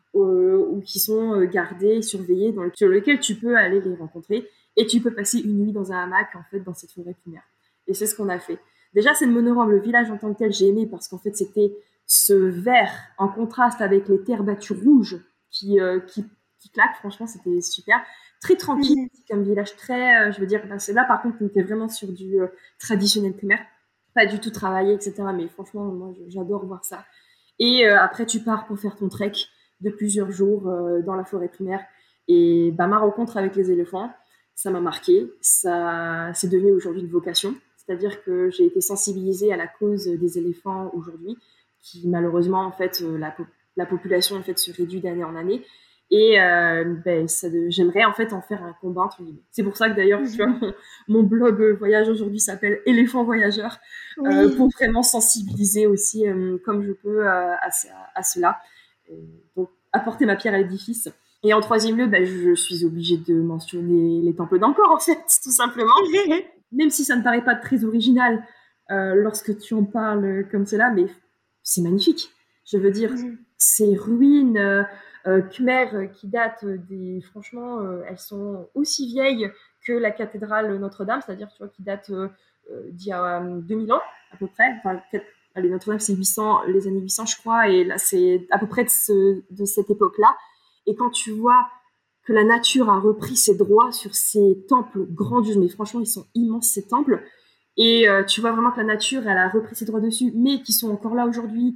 ou qui sont gardés, surveillés, sur lesquels tu peux aller les rencontrer et tu peux passer une nuit dans un hamac en fait dans cette forêt primaire. Et c'est ce qu'on a fait. Déjà, c'est le Monorom, le village en tant que tel, j'ai aimé parce qu'en fait c'était ce vert en contraste avec les terres battues rouges qui claquent. Franchement, c'était super. Très tranquille, comme village, très, je veux dire, c'est là par contre, on était vraiment sur du traditionnel primaire, pas du tout travaillé, etc. Mais franchement, moi, j'adore voir ça. Et après, tu pars pour faire ton trek de plusieurs jours dans la forêt primaire. Et ma rencontre avec les éléphants, ça m'a marqué. Ça, c'est devenu aujourd'hui une vocation. C'est-à-dire que j'ai été sensibilisée à la cause des éléphants aujourd'hui, qui malheureusement, en fait, la population en fait, se réduit d'année en année. Et j'aimerais en fait en faire un combat entre guillemets. C'est pour ça que d'ailleurs, tu vois, mon blog voyage aujourd'hui s'appelle Éléphant Voyageur, pour vraiment sensibiliser aussi comme je peux à cela. Donc apporter ma pierre à l'édifice. Et en troisième lieu, je suis obligée de mentionner les temples d'Angkor en fait, tout simplement. Même si ça ne paraît pas très original lorsque tu en parles comme cela, mais c'est magnifique. Je veux dire, ces ruines khmer qui datent franchement, elles sont aussi vieilles que la cathédrale Notre-Dame, c'est-à-dire, tu vois, qui datent d'il y a 2000 ans à peu près. Enfin, allez, Notre-Dame, c'est 800, les années 800, je crois, et là, c'est à peu près de cette époque-là. Et quand tu vois que la nature a repris ses droits sur ces temples grandioses, mais franchement, ils sont immenses, ces temples, et tu vois vraiment que la nature, elle a repris ses droits dessus, mais qui sont encore là aujourd'hui,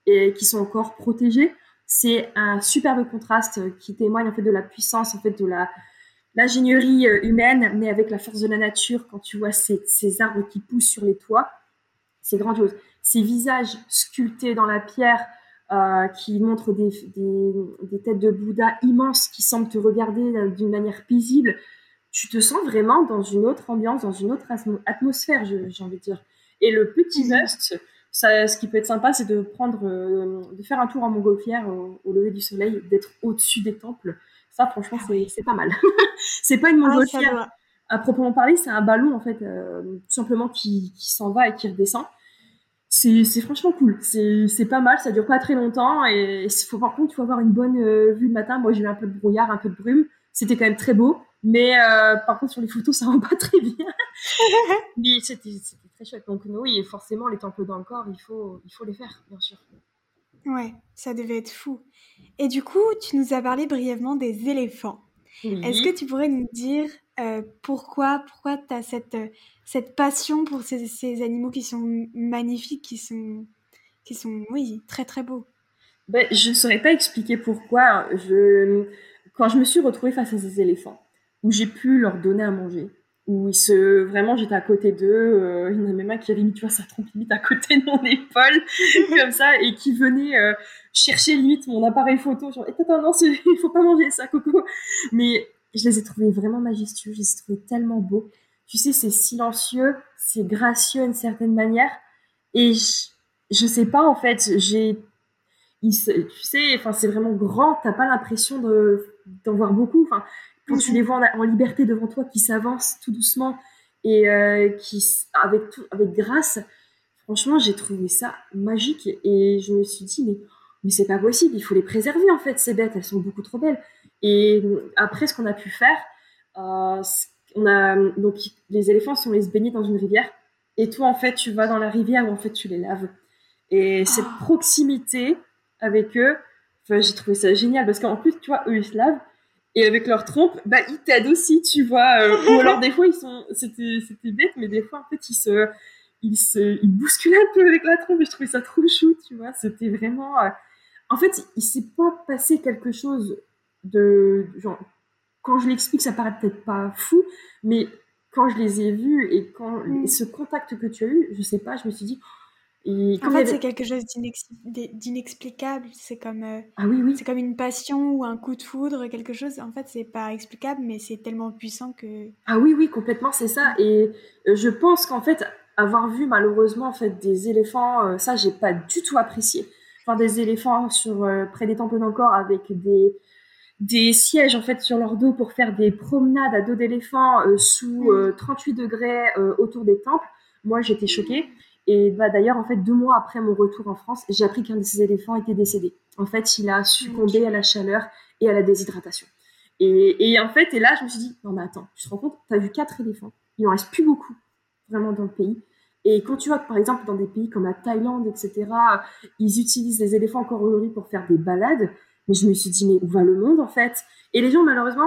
et qui sont encore protégés. C'est un superbe contraste qui témoigne en fait de la puissance, en fait de l'ingénierie humaine, mais avec la force de la nature. Quand tu vois ces arbres qui poussent sur les toits, c'est grandiose. Ces visages sculptés dans la pierre qui montrent des têtes de Bouddha immenses qui semblent te regarder d'une manière paisible. Tu te sens vraiment dans une autre ambiance, dans une autre atmosphère, j'ai envie de dire. Et le petit must, ça, ce qui peut être sympa, c'est de faire un tour en montgolfière au lever du soleil, d'être au-dessus des temples. Ça, franchement, c'est pas mal. C'est pas une montgolfière à proprement parler, c'est un ballon en fait, tout simplement qui s'en va et qui redescend. C'est franchement cool. C'est pas mal, ça dure pas très longtemps et par contre, il faut avoir une bonne vue le matin. Moi, j'ai eu un peu de brouillard, un peu de brume. C'était quand même très beau, mais par contre, sur les photos, ça rend pas très bien. Mais c'était très chouette. Donc oui, forcément, les temples d'Angkor, il faut les faire, bien sûr. Ouais, ça devait être fou. Et du coup, tu nous as parlé brièvement des éléphants. Oui. Est-ce que tu pourrais nous dire pourquoi tu as cette passion pour ces animaux qui sont magnifiques, qui sont oui, très très beaux? Ben, je ne saurais pas expliquer pourquoi. Quand je me suis retrouvée face à ces éléphants, où j'ai pu leur donner à manger, vraiment, j'étais à côté d'eux, il y en a même un qui avait mis, tu vois, sa trompe limite à côté de mon épaule, comme ça, et qui venait chercher limite mon appareil photo, genre, attends, non, il faut pas manger ça, Coco. Mais je les ai trouvés vraiment majestueux, je les ai trouvés tellement beaux. Tu sais, c'est silencieux, c'est gracieux d'une certaine manière, et je sais pas, en fait, tu sais, enfin, c'est vraiment grand, t'as pas l'impression d'en voir beaucoup. Enfin, quand tu les vois en liberté devant toi, qui s'avancent tout doucement et avec grâce, franchement, j'ai trouvé ça magique et je me suis dit, mais c'est pas possible, il faut les préserver en fait, ces bêtes, elles sont beaucoup trop belles. Et après, ce qu'on a pu faire, donc les éléphants sont allés se baigner dans une rivière et toi, en fait, tu vas dans la rivière où en fait tu les laves. Et cette proximité avec eux, enfin, j'ai trouvé ça génial parce qu'en plus, tu vois, eux ils se lavent et avec leur trompe, bah ils t'aident aussi, tu vois. Ou alors des fois c'était bête, mais des fois en fait ils bousculent un peu avec la trompe et je trouvais ça trop chou, tu vois. C'était vraiment, en fait, il s'est pas passé quelque chose de genre quand je l'explique, ça paraît peut-être pas fou, mais quand je les ai vus et ce contact que tu as eu, je sais pas, je me suis dit. Et En fait, c'est quelque chose d'inexplicable. C'est comme, ah oui. c'est comme une passion ou un coup de foudre, quelque chose. En fait, c'est pas explicable, mais c'est tellement puissant que. Ah oui, complètement, c'est ça. Et je pense qu'en fait, avoir vu malheureusement en fait des éléphants, ça j'ai pas du tout apprécié. Enfin, des éléphants près des temples d'Angkor avec des sièges en fait sur leur dos pour faire des promenades à dos d'éléphants sous 38 degrés autour des temples. Moi, j'étais choquée. Et bah, d'ailleurs, en fait, 2 mois après mon retour en France, j'ai appris qu'un de ces éléphants était décédé. En fait, il a succombé à la chaleur et à la déshydratation. Et en fait, et là, je me suis dit, non mais attends, tu te rends compte, tu as vu 4 éléphants, il en reste plus beaucoup vraiment dans le pays. Et quand tu vois que, par exemple, dans des pays comme la Thaïlande, etc., ils utilisent les éléphants encore aujourd'hui pour faire des balades, mais je me suis dit, mais où va le monde, en fait? Et les gens, malheureusement,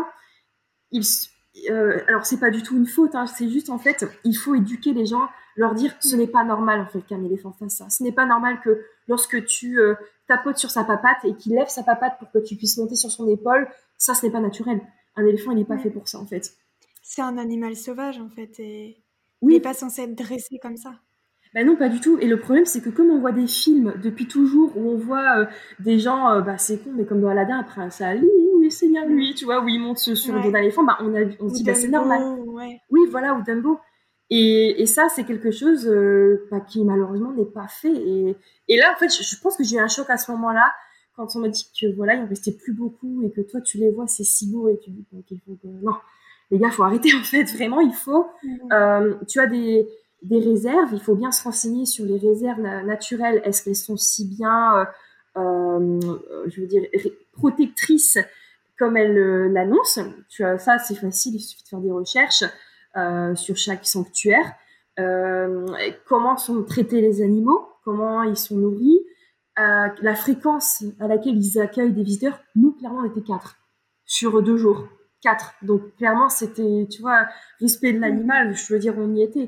alors c'est pas du tout une faute, hein, c'est juste, en fait, il faut éduquer les gens, leur dire, ce n'est pas normal, en fait, qu'un éléphant fasse ça. Ce n'est pas normal que lorsque tu tapotes sur sa papate et qu'il lève sa papate pour que tu puisses monter sur son épaule, ça, ce n'est pas naturel. Un éléphant, il n'est pas fait pour ça, en fait. C'est un animal sauvage, en fait, et il Oui. n'est pas censé être dressé comme ça. Ben non, pas du tout. Et le problème, c'est que comme on voit des films depuis toujours où on voit des gens, bah c'est con, mais comme dans Aladdin, après ça, oui, c'est bien lui, tu vois, où il monte sur le dos d'un éléphant, bah on se dit, bah c'est normal. Ouais. Oui, voilà, ou Dumbo. Et ça, c'est quelque chose bah, qui malheureusement n'est pas fait. Et là, en fait, je pense que j'ai eu un choc à ce moment-là, quand on m'a dit que voilà, il en restait plus beaucoup et que toi, tu les vois, c'est si beau et tu dis, ok, non, les gars, faut arrêter en fait, vraiment, il faut. Tu as des réserves, il faut bien se renseigner sur les réserves naturelles. Est-ce qu'elles sont si bien, je veux dire, protectrices comme elles l'annoncent? Ça, c'est facile, il suffit de faire des recherches sur chaque sanctuaire. Comment sont traités les animaux, comment ils sont nourris, la fréquence à laquelle ils accueillent des visiteurs. Nous, clairement, on était 4 sur 2 jours. 4. Donc, clairement, c'était, tu vois, respect de l'animal, je veux dire, on y était.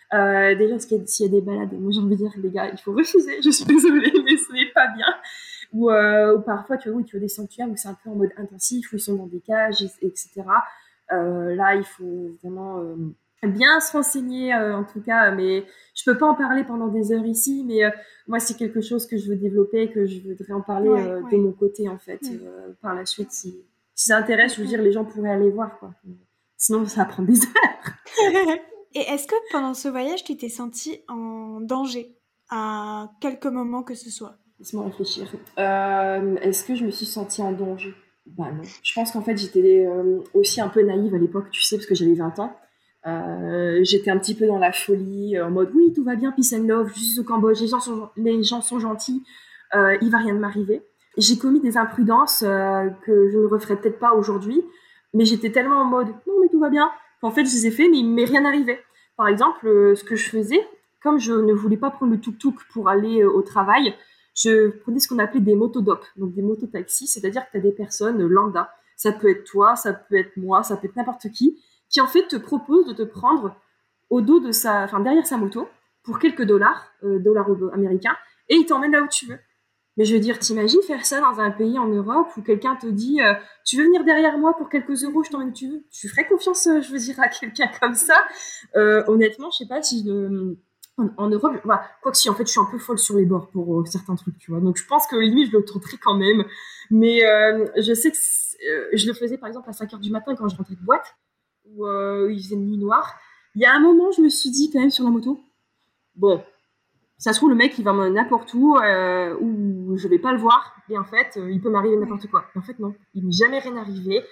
Déjà, s'il y a des balades, moi j'ai envie de dire, les gars, il faut refuser. Je suis désolée, mais ce n'est pas bien. Ou parfois, tu vois, oui, tu as des sanctuaires où c'est un peu en mode intensif, où ils sont dans des cages, etc. Là, il faut vraiment bien se renseigner, en tout cas. Mais je peux pas en parler pendant des heures ici, mais moi, c'est quelque chose que je veux développer, que je voudrais en parler de mon côté, en fait, par la suite. Si ça intéresse, je veux dire, les gens pourraient aller voir, quoi. Sinon, ça va prendre des heures. Et est-ce que pendant ce voyage, tu t'es sentie en danger à quelque moment que ce soit? Laisse-moi réfléchir. Est-ce que je me suis sentie en danger? Bah non. Je pense qu'en fait, j'étais aussi un peu naïve à l'époque, tu sais, parce que j'avais 20 ans. J'étais un petit peu dans la folie, en mode oui, tout va bien, peace and love, je suis au Cambodge, les gens sont gentils, il va rien de m'arriver. J'ai commis des imprudences que je ne referais peut-être pas aujourd'hui, mais j'étais tellement en mode non, mais tout va bien, qu'en fait, je les ai fait, mais il m'est rien arrivé. Par exemple, ce que je faisais, comme je ne voulais pas prendre le tuk-tuk pour aller au travail, je prenais ce qu'on appelait des motodops, donc des mototaxis, c'est-à-dire que tu as des personnes lambda. Ça peut être toi, ça peut être moi, ça peut être n'importe qui en fait te propose de te prendre au dos de derrière sa moto pour quelques dollars, dollars américains, et il t'emmène là où tu veux. Mais je veux dire, t'imagines faire ça dans un pays en Europe où quelqu'un te dit tu veux venir derrière moi pour quelques euros, je t'emmène où tu veux. Tu ferais confiance, je veux dire, à quelqu'un comme ça. Honnêtement, je sais pas si en Europe, voilà, quoi que si, en fait, je suis un peu folle sur les bords pour certains trucs, tu vois. Donc, je pense que limite, je le tenterai quand même. Mais je sais que je le faisais, par exemple, à 5 heures du matin quand je rentrais de boîte, où il faisait une nuit noire. Il y a un moment, je me suis dit, quand même, sur la moto, bon, ça se trouve, le mec, il va me n'importe où je vais pas le voir. Et en fait, il peut m'arriver n'importe quoi. Et en fait, non, il m'est jamais rien arrivé.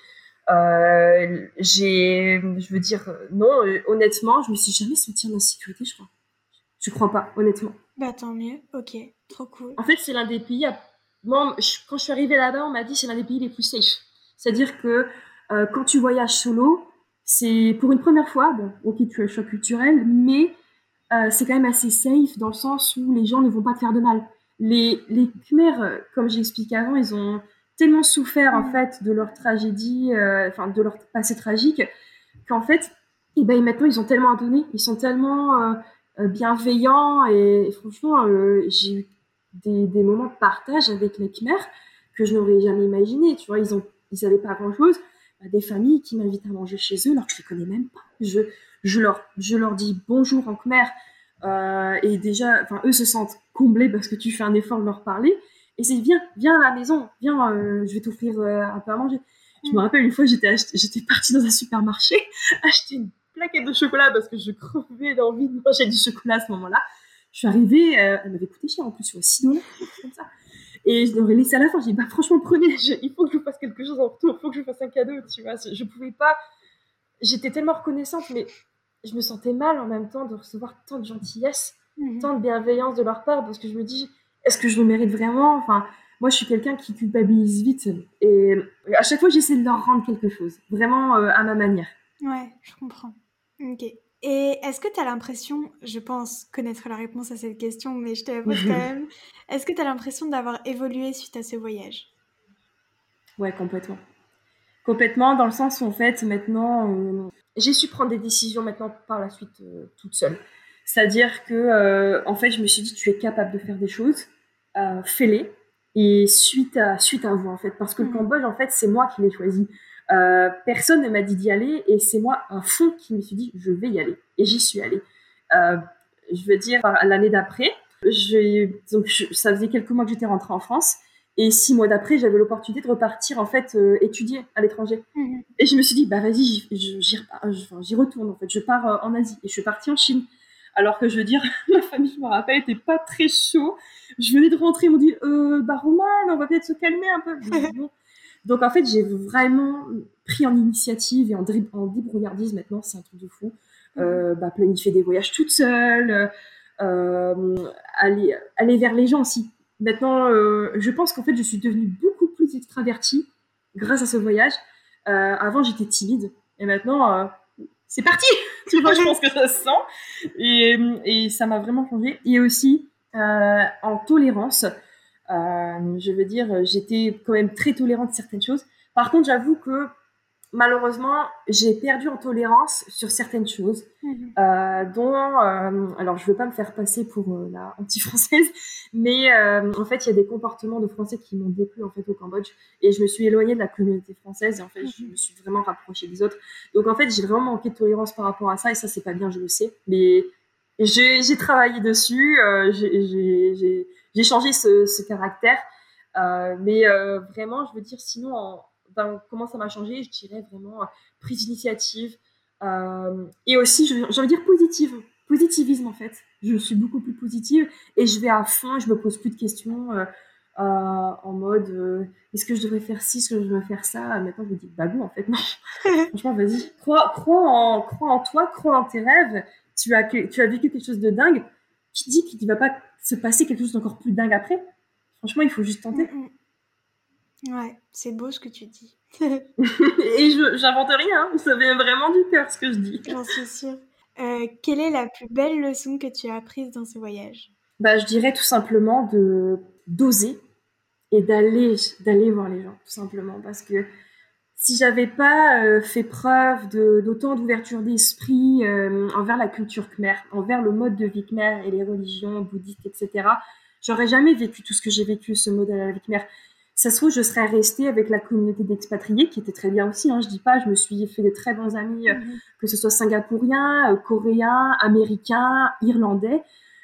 Je veux dire, non, honnêtement, je me suis jamais sentie en insécurité, je crois. Je crois pas, honnêtement. Bah tant mieux, ok, trop cool. En fait, c'est l'un des pays. Moi, quand je suis arrivée là-bas, on m'a dit c'est l'un des pays les plus safe. C'est-à-dire que quand tu voyages solo, c'est pour une première fois, bon, ok, tu as le choc culturel, mais c'est quand même assez safe dans le sens où les gens ne vont pas te faire de mal. Les Khmers, comme j'ai expliqué avant, ils ont tellement souffert en fait de leur tragédie, de leur passé tragique, qu'en fait, et ben, maintenant ils ont tellement à donner, ils sont tellement bienveillants et franchement, j'ai eu des moments de partage avec les Khmers que je n'aurais jamais imaginé. Tu vois, ils avaient pas grand chose. Des familles qui m'invitent à manger chez eux alors que je les connais même pas. Je leur dis bonjour en Khmer et déjà, enfin eux se sentent comblés parce que tu fais un effort de leur parler et c'est viens à la maison, viens, je vais t'offrir un peu à manger. Je me rappelle une fois, j'étais partie dans un supermarché acheter une plaquette de chocolat parce que je crevais d'envie de manger du chocolat à ce moment-là. Je suis arrivée, elle m'avait coûté cher en plus, 6 dollars, comme ça. Et je l'aurais laissé à la fin. J'ai dit, bah franchement, prenez, il faut que je vous fasse quelque chose en retour, il faut que je vous fasse un cadeau, tu vois. Je pouvais pas. J'étais tellement reconnaissante, mais je me sentais mal en même temps de recevoir tant de gentillesse, tant de bienveillance de leur part, parce que je me dis, est-ce que je le mérite vraiment? Enfin, moi, je suis quelqu'un qui culpabilise vite, et à chaque fois, j'essaie de leur rendre quelque chose, vraiment à ma manière. Ouais, je comprends. Ok. Et est-ce que tu as l'impression, je pense connaître la réponse à cette question, mais je te la pose quand même, est-ce que tu as l'impression d'avoir évolué suite à ce voyage? Ouais, complètement. Complètement, dans le sens où, en fait, maintenant, j'ai su prendre des décisions maintenant par la suite toute seule. C'est-à-dire que, en fait, je me suis dit, tu es capable de faire des choses, fais-les, et suite à vous, en fait. Parce que le Cambodge, en fait, c'est moi qui l'ai choisi. Personne ne m'a dit d'y aller, et c'est moi, à fond, qui me suis dit, je vais y aller. Et j'y suis allée. Je veux dire, l'année d'après, ça faisait quelques mois que j'étais rentrée en France, et 6 mois d'après, j'avais l'opportunité de repartir, en fait, étudier à l'étranger. Et je me suis dit, bah vas-y, j'y retourne, en fait. Je pars en Asie. Et je suis partie en Chine. Alors que je veux dire, ma famille, je me rappelle, était pas très chaud. Je venais de rentrer, ils m'ont dit, bah Romane, on va peut-être se calmer un peu. Donc en fait, j'ai vraiment pris en initiative et en débrouillardise maintenant, c'est un truc de fou. Planifier des voyages toute seule, aller vers les gens aussi. Maintenant, je pense qu'en fait, je suis devenue beaucoup plus extravertie grâce à ce voyage. Avant, j'étais timide. Et maintenant, c'est parti. Tu vois, je pense que ça se sent. Et ça m'a vraiment changé. Et aussi, en tolérance, je veux dire, j'étais quand même très tolérante de certaines choses. Par contre, j'avoue que malheureusement, j'ai perdu en tolérance sur certaines choses, dont, alors je veux pas me faire passer pour la anti-française, mais en fait, il y a des comportements de Français qui m'ont déplu en fait au Cambodge, et je me suis éloignée de la communauté française, et en fait, je me suis vraiment rapprochée des autres. Donc en fait, j'ai vraiment manqué de tolérance par rapport à ça, et ça, c'est pas bien, je le sais, mais j'ai travaillé dessus, j'ai changé ce caractère, mais vraiment, je veux dire, sinon, comment ça m'a changé, je dirais vraiment prise d'initiative, et aussi, j'ai envie de dire positivisme en fait. Je suis beaucoup plus positive et je vais à fond, je me pose plus de questions en mode est-ce que je devrais faire ci, est-ce que je devrais faire ça. Maintenant, je me dis bah bon, en fait, non. Franchement, vas-y, crois en toi, crois en tes rêves. Tu as vécu quelque chose de dingue. Qui dit qu'il ne va pas se passer quelque chose d'encore plus dingue après? Franchement, il faut juste tenter. Ouais, c'est beau ce que tu dis. Et j'invente rien, ça vient vraiment du cœur ce que je dis. J'en suis sûre. Quelle est la plus belle leçon que tu as apprise dans ce voyage? Bah, je dirais tout simplement d'oser et d'aller voir les gens, tout simplement. Parce que si j'avais pas fait preuve d'autant d'ouverture d'esprit envers la culture khmer, envers le mode de vie khmer et les religions bouddhistes, etc., j'aurais jamais vécu tout ce que j'ai vécu, ce modèle avec khmer. Ça se trouve, je serais restée avec la communauté d'expatriés, qui était très bien aussi, hein, je dis pas, je me suis fait de très bons amis, que ce soit singapouriens, coréens, américains, irlandais.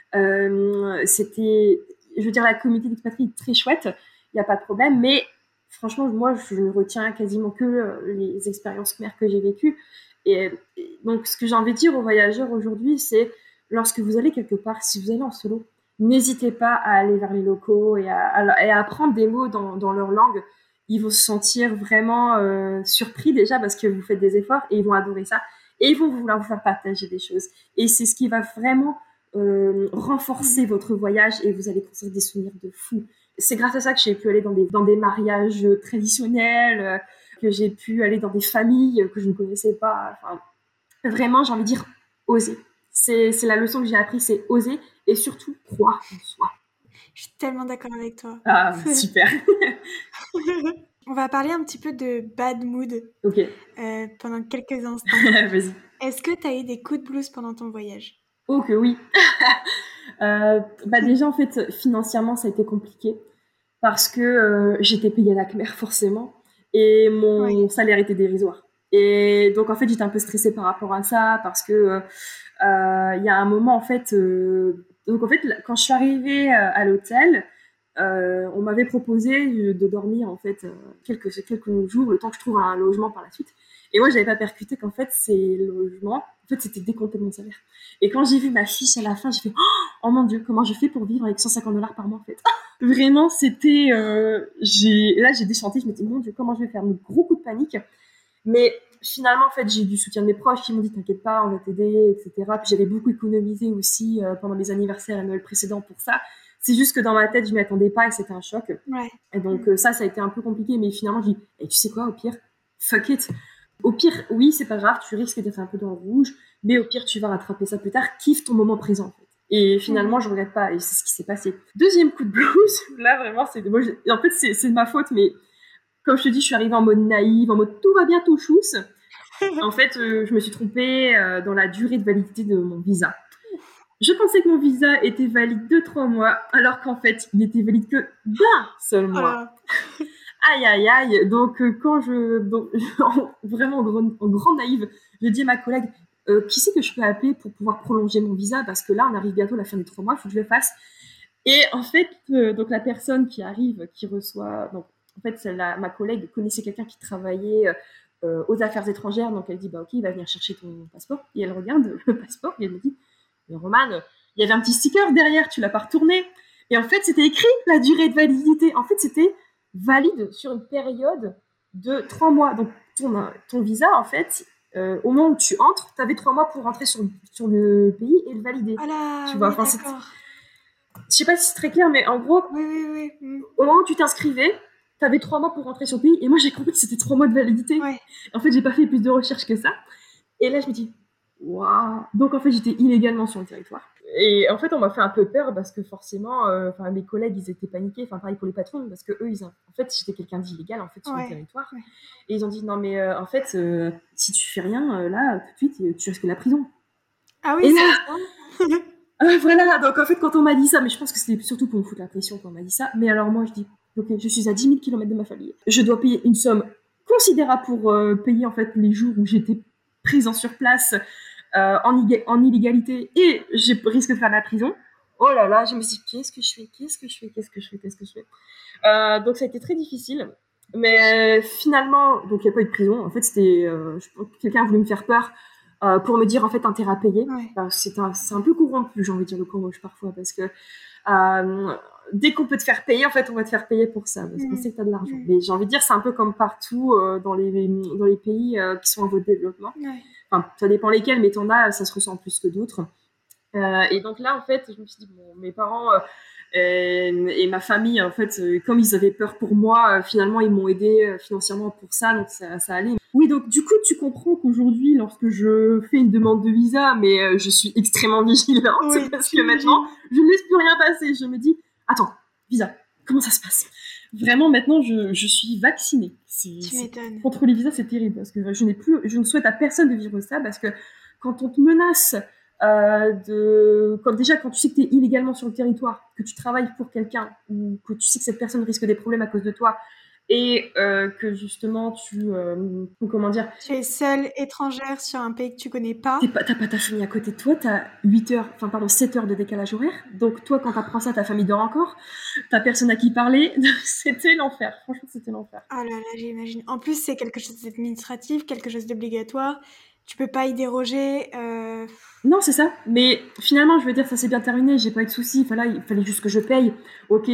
C'était, je veux dire, la communauté d'expatriés est très chouette, il n'y a pas de problème, mais franchement, moi, je ne retiens quasiment que les expériences khmer que j'ai vécues. Et donc, ce que j'ai envie de dire aux voyageurs aujourd'hui, c'est lorsque vous allez quelque part, si vous allez en solo, n'hésitez pas à aller vers les locaux et à apprendre des mots dans leur langue. Ils vont se sentir vraiment surpris déjà parce que vous faites des efforts et ils vont adorer ça. Et ils vont vouloir vous faire partager des choses. Et c'est ce qui va vraiment renforcer votre voyage et vous allez construire des souvenirs de fou. C'est grâce à ça que j'ai pu aller dans des mariages traditionnels, que j'ai pu aller dans des familles que je ne connaissais pas. Enfin, vraiment, j'ai envie de dire, oser. C'est la leçon que j'ai appris, c'est oser et surtout croire en soi. Je suis tellement d'accord avec toi. Ah, super. On va parler un petit peu de bad mood pendant quelques instants. Vas-y. Est-ce que tu as eu des coups de blues pendant ton voyage? Oh que oui. Bah déjà, en fait, financièrement, ça a été compliqué parce que j'étais payée à la Khmer, forcément, et mon salaire était dérisoire. Et donc, en fait, j'étais un peu stressée par rapport à ça parce que il y a un moment, en fait, donc en fait, quand je suis arrivée à l'hôtel, on m'avait proposé de dormir en fait quelques jours, le temps que je trouve un logement par la suite. Et moi, j'avais pas percuté qu'en fait, ces logements, en fait, c'était décompté de mon salaire. Et quand j'ai vu ma fiche à la fin, j'ai fait oh mon Dieu, comment je fais pour vivre avec $150 par mois en fait. Vraiment, c'était, là, j'ai déchanté, je me dis mon Dieu, comment je vais faire, un gros coup de panique. Mais finalement, en fait, j'ai eu du soutien de mes proches qui m'ont dit t'inquiète pas, on va t'aider, etc. Puis j'avais beaucoup économisé aussi pendant mes anniversaires et Noël précédents pour ça. C'est juste que dans ma tête, je m'y attendais pas et c'était un choc. Ouais. Et donc ça a été un peu compliqué, mais finalement, je dis, tu sais quoi, au pire, fuck it. Au pire, oui, c'est pas grave, tu risques d'être un peu dans le rouge, mais au pire, tu vas rattraper ça plus tard. Kiffe ton moment présent, en fait. Et finalement, je regrette pas, et c'est ce qui s'est passé. Deuxième coup de blues, là, vraiment, en fait, c'est de ma faute, mais comme je te dis, je suis arrivée en mode naïve, en mode tout va bien, tout chousse. En fait, je me suis trompée dans la durée de validité de mon visa. Je pensais que mon visa était valide de 3 mois, alors qu'en fait, il était valide que d'un seul mois. Aïe, aïe, aïe. Donc, vraiment en grande naïve, je dis à ma collègue, qui c'est que je peux appeler pour pouvoir prolonger mon visa? Parce que là, on arrive bientôt à la fin des 3 mois, il faut que je le fasse. Et en fait, donc la personne qui arrive, qui reçoit... Donc, en fait, ma collègue connaissait quelqu'un qui travaillait aux affaires étrangères, donc elle dit, bah ok, il va venir chercher ton passeport. Et elle regarde le passeport et elle me dit, mais Romane, il y avait un petit sticker derrière, tu l'as pas retourné. Et en fait, c'était écrit la durée de validité. En fait, c'était valide sur une période de 3 mois. Donc, ton visa, en fait, au moment où tu entres, tu avais 3 mois pour rentrer sur le pays et le valider. Tu vois, oui, d'accord. Je sais pas si c'est très clair, mais en gros, oui. Au moment où tu t'inscrivais, tu avais 3 mois pour rentrer sur le pays. Et moi, j'ai compris que c'était 3 mois de validité. Ouais. En fait, j'ai pas fait plus de recherches que ça. Et là, je me dis, waouh. Donc, en fait, j'étais illégalement sur le territoire. Et en fait, on m'a fait un peu peur parce que forcément, mes collègues, ils étaient paniqués. Enfin, pareil pour les patrons, parce que eux, en fait, j'étais quelqu'un d'illégal en fait sur le territoire. Ouais. Et ils ont dit non, mais en fait, si tu fais rien là, tout de suite, tu risques la prison. Ah oui, Et c'est là, ça. voilà. Donc en fait, quand on m'a dit ça, mais je pense que c'était surtout pour me foutre la pression quand on m'a dit ça. Mais alors moi, je dis, ok, je suis à 10 000 km de ma famille. Je dois payer une somme considérable pour payer en fait les jours où j'étais présent sur place en illégalité et je risque de faire la prison. Oh là là, je me suis dit, qu'est-ce que je fais. Donc ça a été très difficile. Mais finalement, donc il n'y a pas eu de prison. En fait, c'était quelqu'un a voulu me faire peur pour me dire en fait intérêt à payer. Ouais. C'est un peu corrompu, j'ai envie de dire le Cambodge parfois, parce que dès qu'on peut te faire payer, en fait, on va te faire payer pour ça, parce qu'on sait que tu as de l'argent. Mais j'ai envie de dire, c'est un peu comme partout dans les pays qui sont en voie de développement. Ouais. Enfin, ça dépend lesquels, mais t'en as, ça se ressent plus que d'autres. Et donc là, en fait, je me suis dit, bon, mes parents et ma famille, en fait, comme ils avaient peur pour moi, finalement, ils m'ont aidé financièrement pour ça, donc ça allait. Oui, donc du coup, tu comprends qu'aujourd'hui, lorsque je fais une demande de visa, mais je suis extrêmement vigilante, Oui, parce que maintenant, je ne laisse plus rien passer. Je me dis, attends, visa, comment ça se passe? Vraiment, maintenant, je suis vaccinée. Tu m'étonnes. Contre les visas, c'est terrible, parce que je ne souhaite à personne de vivre ça, parce que quand on te menace quand tu sais que tu es illégalement sur le territoire, que tu travailles pour quelqu'un ou que tu sais que cette personne risque des problèmes à cause de toi et que justement tu es seule étrangère sur un pays que tu connais pas. T'as pas ta famille à côté de toi, t'as 7 heures de décalage horaire. Donc toi, quand t'apprends ça, ta famille dort encore. T'as personne à qui parler. C'était l'enfer. Franchement, c'était l'enfer. Ah là là, j'imagine. En plus, c'est quelque chose d'administratif, quelque chose d'obligatoire. Tu peux pas y déroger. Non, c'est ça. Mais finalement, je veux dire, ça s'est bien terminé. J'ai pas eu de soucis. Il fallait juste que je paye. Ok,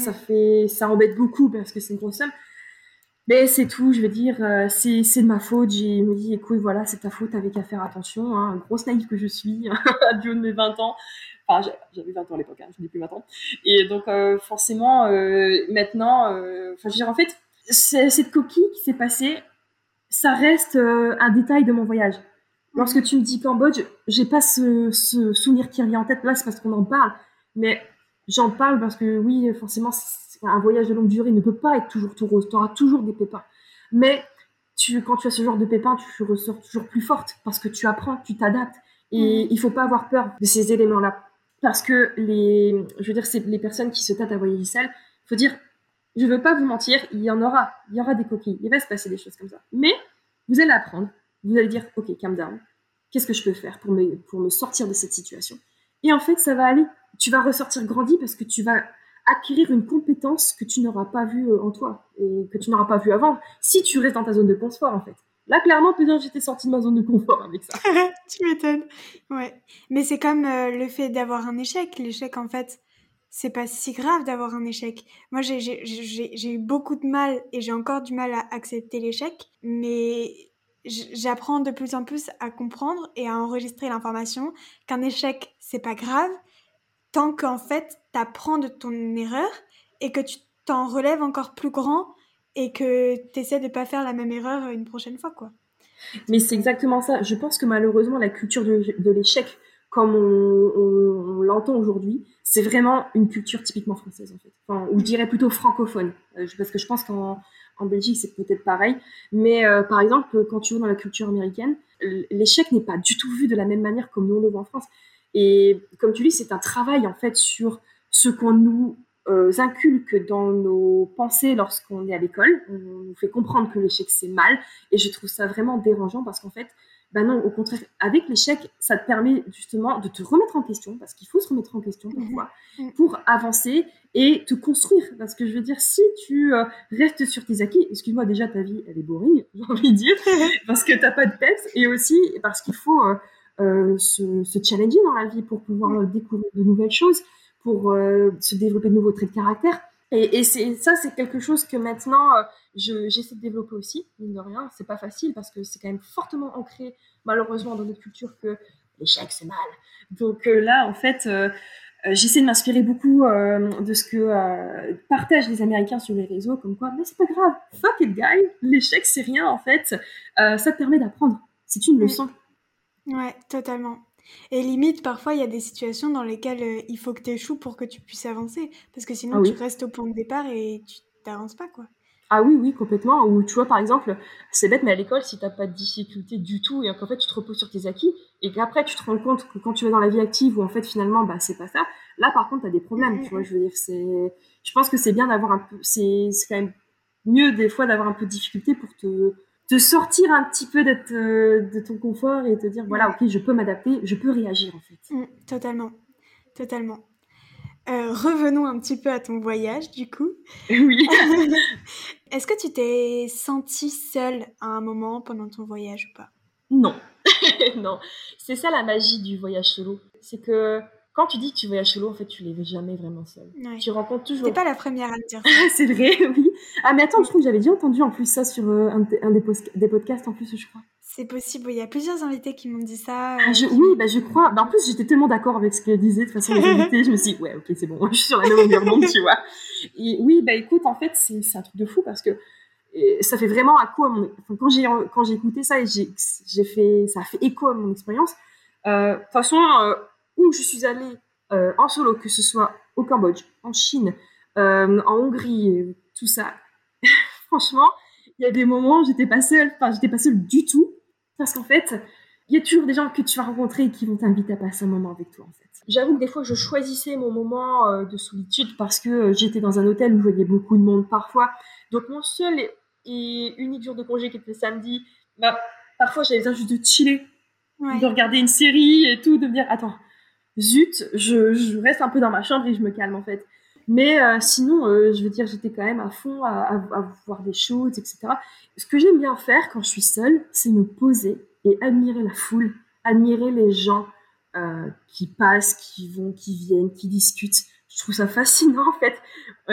ça embête beaucoup parce que c'est une grosse somme. Mais c'est tout. Je veux dire, c'est de ma faute. J'ai me dit, écoute, voilà, c'est ta faute. T'avais qu'à faire attention. Hein. Grosse naïve que je suis, du haut de mes 20 ans. Enfin, j'avais 20 ans à l'époque. Hein, je n'ai plus 20 ans. Et donc, forcément, maintenant, je veux dire, en fait, cette coquille qui s'est passée, ça reste un détail de mon voyage. Lorsque tu me dis Cambodge, j'ai pas ce souvenir qui revient en tête. Là, c'est parce qu'on en parle. Mais j'en parle parce que oui, forcément, un voyage de longue durée ne peut pas être toujours tout rose. Tu auras toujours des pépins. Mais quand tu as ce genre de pépins, tu ressors toujours plus forte parce que tu apprends, tu t'adaptes. Et il faut pas avoir peur de ces éléments-là. Parce que c'est les personnes qui se tâtent à voyager seules. Il faut dire, je veux pas vous mentir, il y aura des coquilles. Il va se passer des choses comme ça. Mais vous allez apprendre. Vous allez dire, ok, calm down. Qu'est-ce que je peux faire pour me sortir de cette situation? Et en fait, ça va aller. Tu vas ressortir grandi parce que tu vas acquérir une compétence que tu n'auras pas vue en toi et que tu n'auras pas vue avant si tu restes dans ta zone de confort, en fait. Là, clairement, peut-être j'étais sortie de ma zone de confort avec ça. Tu m'étonnes. Ouais. Mais c'est comme le fait d'avoir un échec. L'échec, en fait, c'est pas si grave d'avoir un échec. Moi, j'ai eu beaucoup de mal et j'ai encore du mal à accepter l'échec, mais j'apprends de plus en plus à comprendre et à enregistrer l'information qu'un échec, c'est pas grave tant qu'en fait, t'apprends de ton erreur et que tu t'en relèves encore plus grand et que t'essaies de pas faire la même erreur une prochaine fois, quoi. Mais c'est exactement ça. Je pense que malheureusement, la culture de l'échec, comme on l'entend aujourd'hui, c'est vraiment une culture typiquement française, en fait. Enfin, ou je dirais plutôt francophone. Parce que je pense qu'en Belgique, c'est peut-être pareil. Mais par exemple, quand tu vas dans la culture américaine, l'échec n'est pas du tout vu de la même manière comme nous on le voit en France. Et comme tu dis, c'est un travail, en fait, sur ce qu'on nous inculque dans nos pensées lorsqu'on est à l'école. On nous fait comprendre que l'échec, c'est mal. Et je trouve ça vraiment dérangeant parce qu'en fait, ben non, au contraire, avec l'échec, ça te permet justement de te remettre en question, parce qu'il faut se remettre en question parfois, pour avancer et te construire. Parce que je veux dire, si tu restes sur tes acquis, excuse-moi, déjà ta vie, elle est boring, j'ai envie de dire, parce que t'as pas de peps, et aussi parce qu'il faut se challenger dans la vie pour pouvoir découvrir de nouvelles choses, pour se développer de nouveaux traits de caractère. Et c'est quelque chose que maintenant j'essaie de développer aussi, mine de rien. C'est pas facile parce que c'est quand même fortement ancré, malheureusement, dans notre culture que l'échec c'est mal. Donc là, en fait, j'essaie de m'inspirer beaucoup de ce que partagent les Américains sur les réseaux, comme quoi, mais c'est pas grave, fuck it guy, l'échec c'est rien en fait, ça te permet d'apprendre. C'est une leçon. Ouais, totalement. Et limite, parfois, il y a des situations dans lesquelles il faut que tu échoues pour que tu puisses avancer. Parce que Ah sinon, tu oui. restes au point de départ et tu t'avances pas, quoi. Ah oui, oui, complètement. Ou tu vois, par exemple, c'est bête, mais à l'école, si t'as pas de difficulté du tout et qu'en fait tu te reposes sur tes acquis et qu'après tu te rends compte que quand tu vas dans la vie active où en fait finalement bah c'est pas ça, là par contre t'as des problèmes, tu vois. Je veux dire, je pense que c'est bien d'avoir un peu, c'est quand même mieux des fois d'avoir un peu de difficulté pour te sortir un petit peu de ton confort et te dire voilà, Ouais. ok, je peux m'adapter, je peux réagir en fait. Totalement. Totalement. Revenons un petit peu à ton voyage, du coup. Oui. Est-ce que tu t'es sentie seule à un moment pendant ton voyage ou pas? Non. Non, c'est ça la magie du voyage solo. C'est que quand tu dis que tu voyages solo, en fait, tu les jamais vraiment seul. Ouais. Tu rencontres T'es toujours. pas la première à me dire ça. C'est vrai, oui. Ah, mais attends, Mm. je crois que j'avais déjà entendu en plus ça sur un des podcasts en plus, je crois. C'est possible, il y a plusieurs invités qui m'ont dit ça, Ah, oui, bah je crois. Bah, en plus, j'étais tellement d'accord avec ce qu'elle disait. De toute façon, les invités, je me suis dit, ouais, ok, c'est bon, je suis sur la même longueur d'onde, tu vois. Et oui, bah écoute, en fait, c'est un truc de fou parce que ça fait vraiment écho à mon. Enfin, quand j'ai écouté ça et j'ai fait, ça a fait écho à mon expérience. De toute façon, où je suis allée en solo, que ce soit au Cambodge, en Chine, en Hongrie, tout ça, franchement, il y a des moments où j'étais pas seule du tout, parce qu'en fait, il y a toujours des gens que tu vas rencontrer et qui vont t'inviter à passer un moment avec toi, en fait. J'avoue que des fois, je choisissais mon moment de solitude parce que j'étais dans un hôtel où je voyais beaucoup de monde parfois. Donc, mon seul et unique jour de congé qui était le samedi, bah, parfois, j'avais besoin juste de chiller, de Ouais. regarder une série et tout, de me dire, attends, zut, je reste un peu dans ma chambre et je me calme, en fait. Mais sinon, je veux dire, j'étais quand même à fond à voir des choses, etc. Ce que j'aime bien faire quand je suis seule, c'est me poser et admirer la foule, admirer les gens qui passent, qui vont, qui viennent, qui discutent. Je trouve ça fascinant, en fait.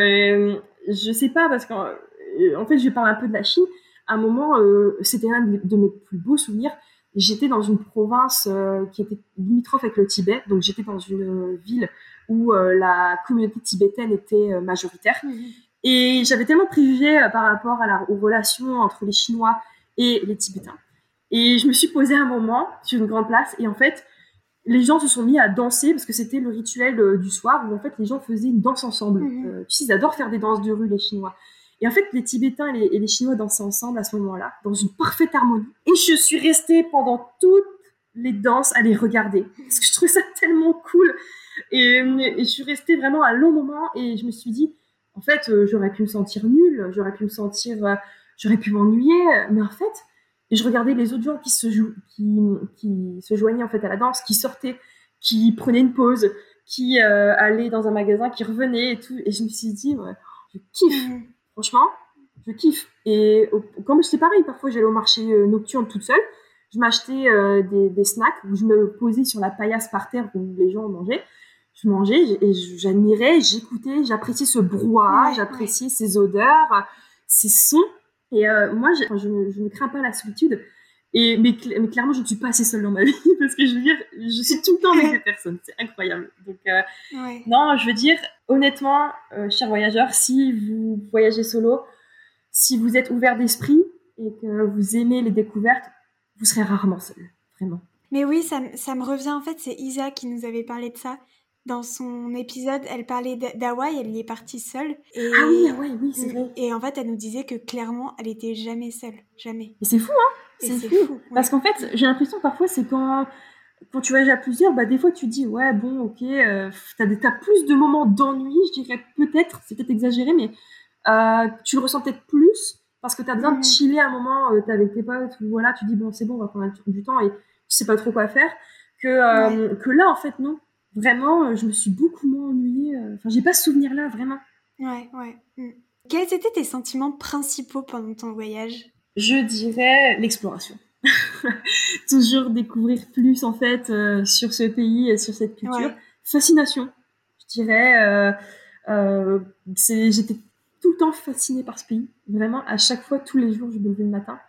Je sais pas, parce qu'en en fait, je parle un peu de la Chine. À un moment, c'était l'un de mes plus beaux souvenirs. J'étais dans une province qui était limitrophe avec le Tibet, donc j'étais dans une ville où la communauté tibétaine était majoritaire. Et j'avais tellement de préjugés par rapport aux relations entre les Chinois et les Tibétains. Et je me suis posée un moment sur une grande place et en fait, les gens se sont mis à danser parce que c'était le rituel du soir où en fait les gens faisaient une danse ensemble. Tu sais, ils adorent faire des danses de rue, les Chinois. Et en fait, les Tibétains et les Chinois dansaient ensemble à ce moment-là, dans une parfaite harmonie. Et je suis restée pendant toutes les danses à les regarder parce que je trouvais ça tellement cool. Et je suis restée vraiment un long moment et je me suis dit, en fait, j'aurais pu me sentir nulle, j'aurais pu m'ennuyer, mais en fait, et je regardais les autres gens qui se joignaient en fait à la danse, qui sortaient, qui prenaient une pause, qui allaient dans un magasin, qui revenaient et tout. Et je me suis dit, ouais, je kiffe. Franchement, je kiffe. Et comme j'étais pareil, parfois j'allais au marché nocturne toute seule. Je m'achetais des snacks où je me posais sur la paillasse par terre où les gens mangeaient. Je mangeais et j'admirais, j'écoutais, j'appréciais ce brouhaha, j'appréciais ces odeurs, ces sons. Et moi, je ne crains pas la solitude. Mais clairement, je ne suis pas assez seule dans ma vie parce que je veux dire, je suis tout le temps avec des personnes. C'est incroyable. Donc, non, je veux dire, honnêtement, chers voyageurs, si vous voyagez solo, si vous êtes ouvert d'esprit et que vous aimez les découvertes, vous serez rarement seul. Vraiment. Mais oui, ça me revient. En fait, c'est Isa qui nous avait parlé de ça. Dans son épisode, elle parlait d'Hawaï, elle y est partie seule. Ah oui, Hawaï, oui, c'est vrai. Et en fait, elle nous disait que clairement, elle était jamais seule. Jamais. Et c'est fou, hein? C'est fou. Ouais. Parce qu'en fait, j'ai l'impression parfois, c'est quand tu voyages à plusieurs, bah, des fois, tu te dis, ouais, bon, ok, t'as plus de moments d'ennui, je dirais peut-être, c'est peut-être exagéré, mais tu le ressens peut-être plus parce que t'as besoin de chiller un moment, t'es avec tes potes, ou voilà, tu dis, bon, c'est bon, on va prendre du temps et tu sais pas trop quoi faire. Que là, en fait, non. Vraiment, je me suis beaucoup moins ennuyée. Enfin, j'ai pas ce souvenir-là, vraiment. Ouais. Quels étaient tes sentiments principaux pendant ton voyage? Je dirais l'exploration. Toujours découvrir plus, en fait, sur ce pays et sur cette culture. Fascination, je dirais. J'étais tout le temps fascinée par ce pays. Vraiment, à chaque fois, tous les jours, je me levais le matin.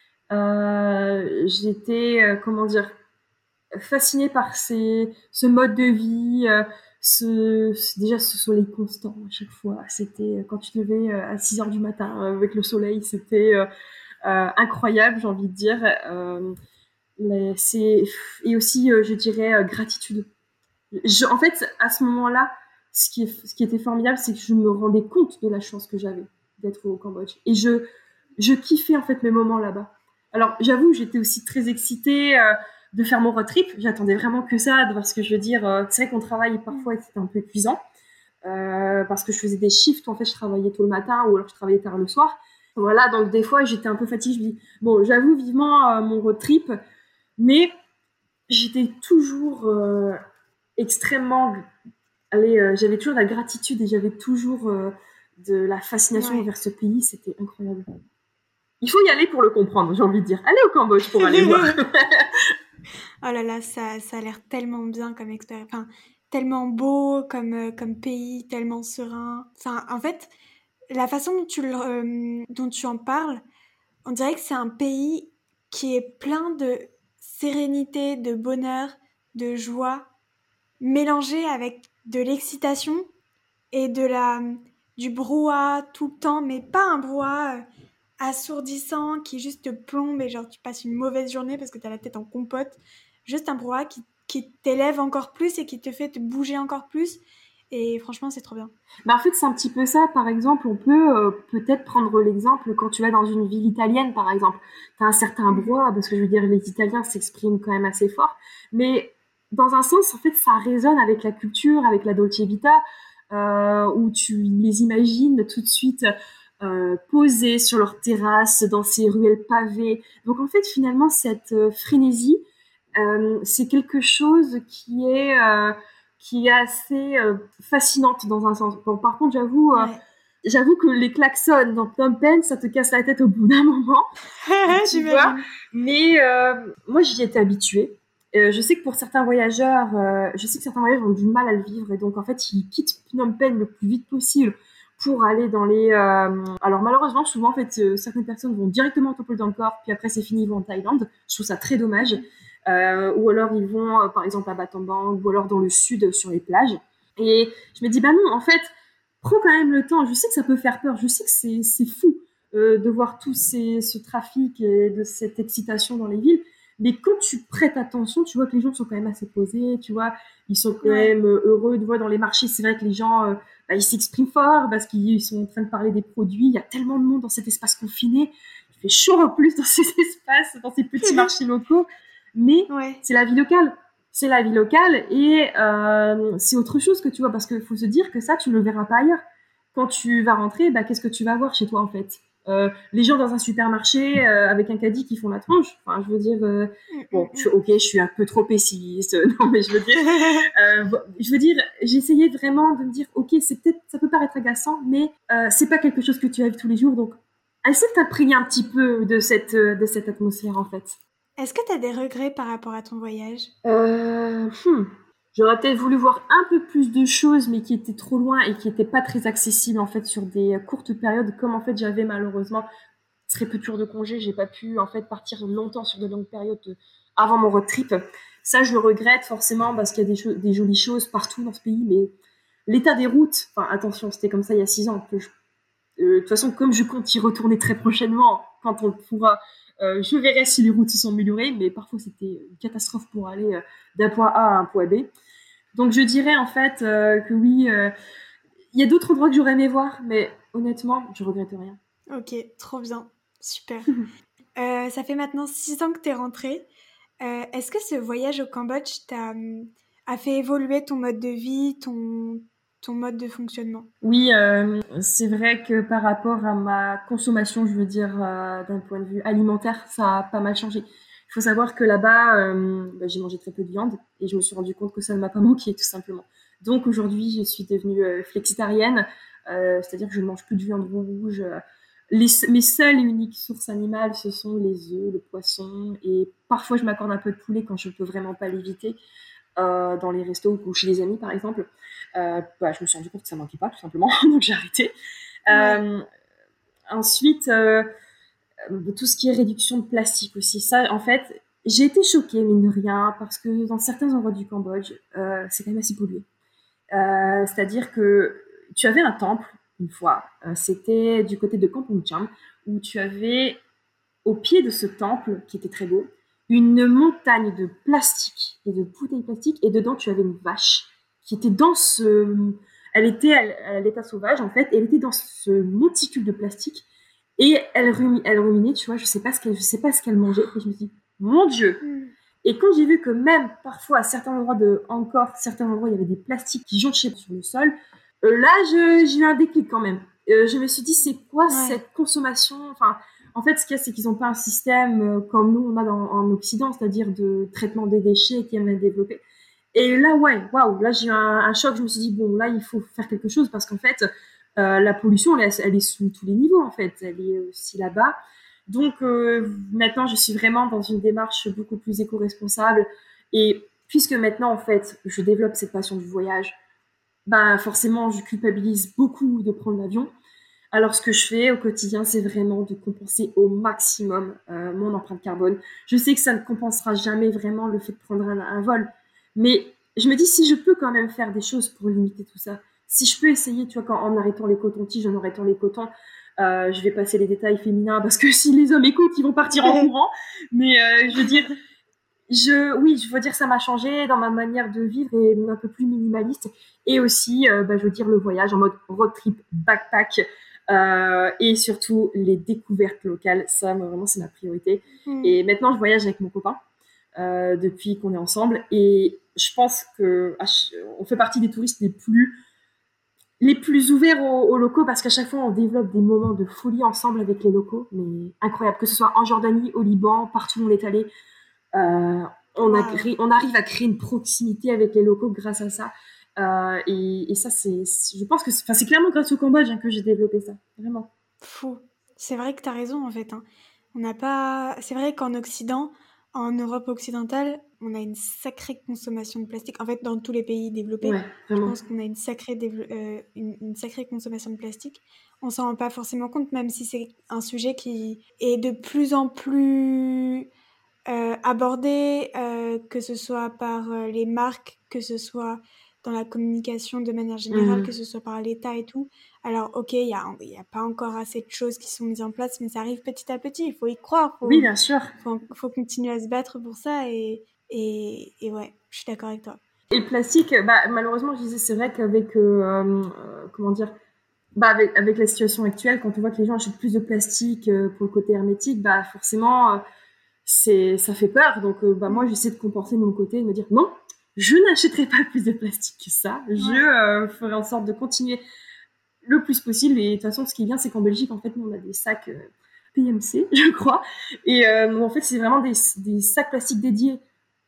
J'étais, comment dire, fascinée par ce mode de vie, déjà ce soleil constant à chaque fois. C'était quand tu te levais à 6 heures du matin avec le soleil, c'était incroyable, j'ai envie de dire. Et aussi, je dirais, gratitude. En fait, à ce moment-là, ce qui était formidable, c'est que je me rendais compte de la chance que j'avais d'être au Cambodge. Et je kiffais en fait mes moments là-bas. Alors, j'avoue, j'étais aussi très excitée de faire mon road trip. J'attendais vraiment que ça, parce que je veux dire, c'est vrai qu'on travaille parfois et c'était un peu épuisant. Parce que je faisais des shifts, en fait, je travaillais tôt le matin ou alors je travaillais tard le soir. Voilà, donc des fois, j'étais un peu fatiguée. Je me dis, bon, j'avoue vivement mon road trip, mais j'étais toujours extrêmement. Allez, j'avais toujours de la gratitude et j'avais toujours de la fascination envers ce pays. C'était incroyable. Il faut y aller pour le comprendre, j'ai envie de dire. Allez au Cambodge pour aller voir. Oh là là, ça a l'air tellement bien comme expérience. Enfin, tellement beau comme pays, tellement serein. Enfin, en fait, la façon dont tu en parles, on dirait que c'est un pays qui est plein de sérénité, de bonheur, de joie, mélangé avec de l'excitation et du brouhaha tout le temps, mais pas un brouhaha assourdissant qui juste te plombe et genre tu passes une mauvaise journée parce que t'as la tête en compote. Juste un brouhaha qui t'élève encore plus et qui te fait te bouger encore plus. Et franchement, c'est trop bien. En fait, c'est un petit peu ça. Par exemple, on peut peut-être prendre l'exemple quand tu vas dans une ville italienne, par exemple. Tu as un certain brouhaha, parce que je veux dire, les Italiens s'expriment quand même assez fort. Mais dans un sens, en fait, ça résonne avec la culture, avec la Dolce Vita, où tu les imagines tout de suite posés sur leur terrasse, dans ces ruelles pavées. Donc, en fait, finalement, cette frénésie, c'est quelque chose qui est assez fascinante dans un sens. Bon, par contre, j'avoue que les klaxons dans Phnom Penh, ça te casse la tête au bout d'un moment, tu vois. Mais moi, j'y étais habituée. Je sais que pour certains voyageurs, ont du mal à le vivre et donc en fait, ils quittent Phnom Penh le plus vite possible pour aller dans les. Alors malheureusement, souvent en fait, certaines personnes vont directement au Temple d'Angkor, puis après c'est fini, ils vont en Thaïlande. Je trouve ça très dommage. Ou alors ils vont par exemple à Battambang ou alors dans le sud sur les plages. Et je me dis bah non, en fait, prends quand même le temps. Je sais que ça peut faire peur, je sais que c'est fou de voir ce trafic et de cette excitation dans les villes. Mais quand tu prêtes attention, tu vois que les gens sont quand même assez posés, tu vois, ils sont quand même heureux. Tu vois, dans les marchés, c'est vrai que les gens, ils s'expriment fort parce qu'ils sont en train de parler des produits. Il y a tellement de monde dans cet espace confiné. Il fait chaud en plus dans ces espaces, dans ces petits marchés locaux. Mais c'est la vie locale. C'est la vie locale et c'est autre chose que tu vois, parce qu'il faut se dire que ça, tu ne le verras pas ailleurs. Quand tu vas rentrer, qu'est-ce que tu vas voir chez toi en fait? Les gens dans un supermarché avec un caddie qui font la tronche. Enfin, je veux dire, je suis un peu trop pessimiste. Non, mais je veux dire, j'essayais vraiment de me dire, ok, ça peut paraître agaçant, mais c'est pas quelque chose que tu as vu tous les jours, donc essaie de t'imprégner un petit peu de cette atmosphère en fait. Est-ce que tu as des regrets par rapport à ton voyage? J'aurais peut-être voulu voir un peu plus de choses, mais qui étaient trop loin et qui n'étaient pas très accessibles en fait sur des courtes périodes. Comme en fait j'avais malheureusement très peu de jours de congé, j'ai pas pu en fait partir longtemps sur de longues périodes avant mon road trip. Ça, je le regrette forcément parce qu'il y a des jolies choses partout dans ce pays, mais l'état des routes. Enfin, attention, c'était comme ça il y a 6 ans. De toute façon, comme je compte y retourner très prochainement, quand on pourra, je verrai si les routes se sont améliorées, mais parfois c'était une catastrophe pour aller d'un point A à un point B. Donc je dirais en fait que oui, il y a d'autres endroits que j'aurais aimé voir, mais honnêtement, je regrette rien. Ok, trop bien, super. Ça fait maintenant 6 ans que tu es rentrée. Est-ce que ce voyage au Cambodge a fait évoluer ton mode de vie, ton mode de fonctionnement? Oui, c'est vrai que par rapport à ma consommation, je veux dire, d'un point de vue alimentaire, ça a pas mal changé. Il faut savoir que là-bas, j'ai mangé très peu de viande et je me suis rendu compte que ça ne m'a pas manqué, tout simplement. Donc aujourd'hui, je suis devenue flexitarienne, c'est-à-dire que je ne mange plus de viande rouge. Mes seules et uniques sources animales, ce sont les œufs, le poisson, et parfois je m'accorde un peu de poulet quand je ne peux vraiment pas l'éviter, dans les restos ou chez les amis par exemple. Je me suis rendu compte que ça manquait pas tout simplement, donc j'ai arrêté. Ensuite, tout ce qui est réduction de plastique aussi, ça en fait, j'ai été choquée mine de rien parce que dans certains endroits du Cambodge, c'est quand même assez pollué. C'est-à-dire que tu avais un temple une fois, c'était du côté de Kampong Cham, où tu avais au pied de ce temple qui était très beau, une montagne de plastique et de bouteilles plastiques, et dedans tu avais une vache qui était dans elle était à l'état sauvage en fait, et elle était dans ce monticule de plastique, et elle ruminait, tu vois, je sais pas ce qu'elle mangeait, et je me dis, mon Dieu. Et quand j'ai vu que même parfois à certains endroits il y avait des plastiques qui jonchaient sur le sol, là j'ai eu un déclic quand même. Je me suis dit, c'est quoi cette consommation? Enfin, en fait, ce qu'il y a, c'est qu'ils n'ont pas un système comme nous on a en Occident, c'est-à-dire de traitement des déchets qui est développé. Et là, waouh, là j'ai eu un choc. Je me suis dit, bon, là il faut faire quelque chose, parce qu'en fait, la pollution, elle est sous tous les niveaux en fait. Elle est aussi là-bas. Donc maintenant, je suis vraiment dans une démarche beaucoup plus éco-responsable. Et puisque maintenant, en fait, je développe cette passion du voyage, bah forcément, je culpabilise beaucoup de prendre l'avion. Alors, ce que je fais au quotidien, c'est vraiment de compenser au maximum mon empreinte carbone. Je sais que ça ne compensera jamais vraiment le fait de prendre un vol, mais je me dis, si je peux quand même faire des choses pour limiter tout ça, si je peux essayer, tu vois, en arrêtant les cotons-tiges, en arrêtant les cotons, je vais passer les détails féminins parce que si les hommes écoutent, ils vont partir en courant. Mais je veux dire, oui, je veux dire, ça m'a changé dans ma manière de vivre et un peu plus minimaliste. Et aussi, je veux dire, le voyage en mode road trip, backpack, et surtout les découvertes locales. Ça, vraiment, c'est ma priorité. Et maintenant, je voyage avec mon copain depuis qu'on est ensemble. Et je pense que on fait partie des touristes les plus ouverts aux locaux, parce qu'à chaque fois, on développe des moments de folie ensemble avec les locaux. Mais incroyable, que ce soit en Jordanie, au Liban, partout où on est allé. On arrive à créer une proximité avec les locaux grâce à ça. Et ça, je pense que c'est clairement grâce au Cambodge que j'ai développé ça, vraiment. Fou. C'est vrai que tu as raison en fait. On n'a pas. C'est vrai qu'en Occident, en Europe occidentale, on a une sacrée consommation de plastique. En fait, dans tous les pays développés, je pense qu'on a une sacrée consommation de plastique. On s'en rend pas forcément compte, même si c'est un sujet qui est de plus en plus abordé, que ce soit par les marques, que ce soit dans la communication de manière générale, que ce soit par l'État et tout. Alors, ok, il y a pas encore assez de choses qui sont mises en place, mais ça arrive petit à petit. Il faut y croire. Oui, bien sûr. Faut continuer à se battre pour ça. Et ouais, je suis d'accord avec toi. Et le plastique, malheureusement, je disais, c'est vrai qu'avec, comment dire, avec la situation actuelle, quand on voit que les gens achètent plus de plastique pour le côté hermétique, forcément, ça fait peur. Donc, moi, j'essaie de compenser de mon côté, de me dire non, je n'achèterai pas plus de plastique que ça. Je ferai en sorte de continuer le plus possible. Et de toute façon, ce qui est bien, c'est qu'en Belgique, en fait, nous, on a des sacs PMC, je crois. Et en fait, c'est vraiment des sacs plastiques dédiés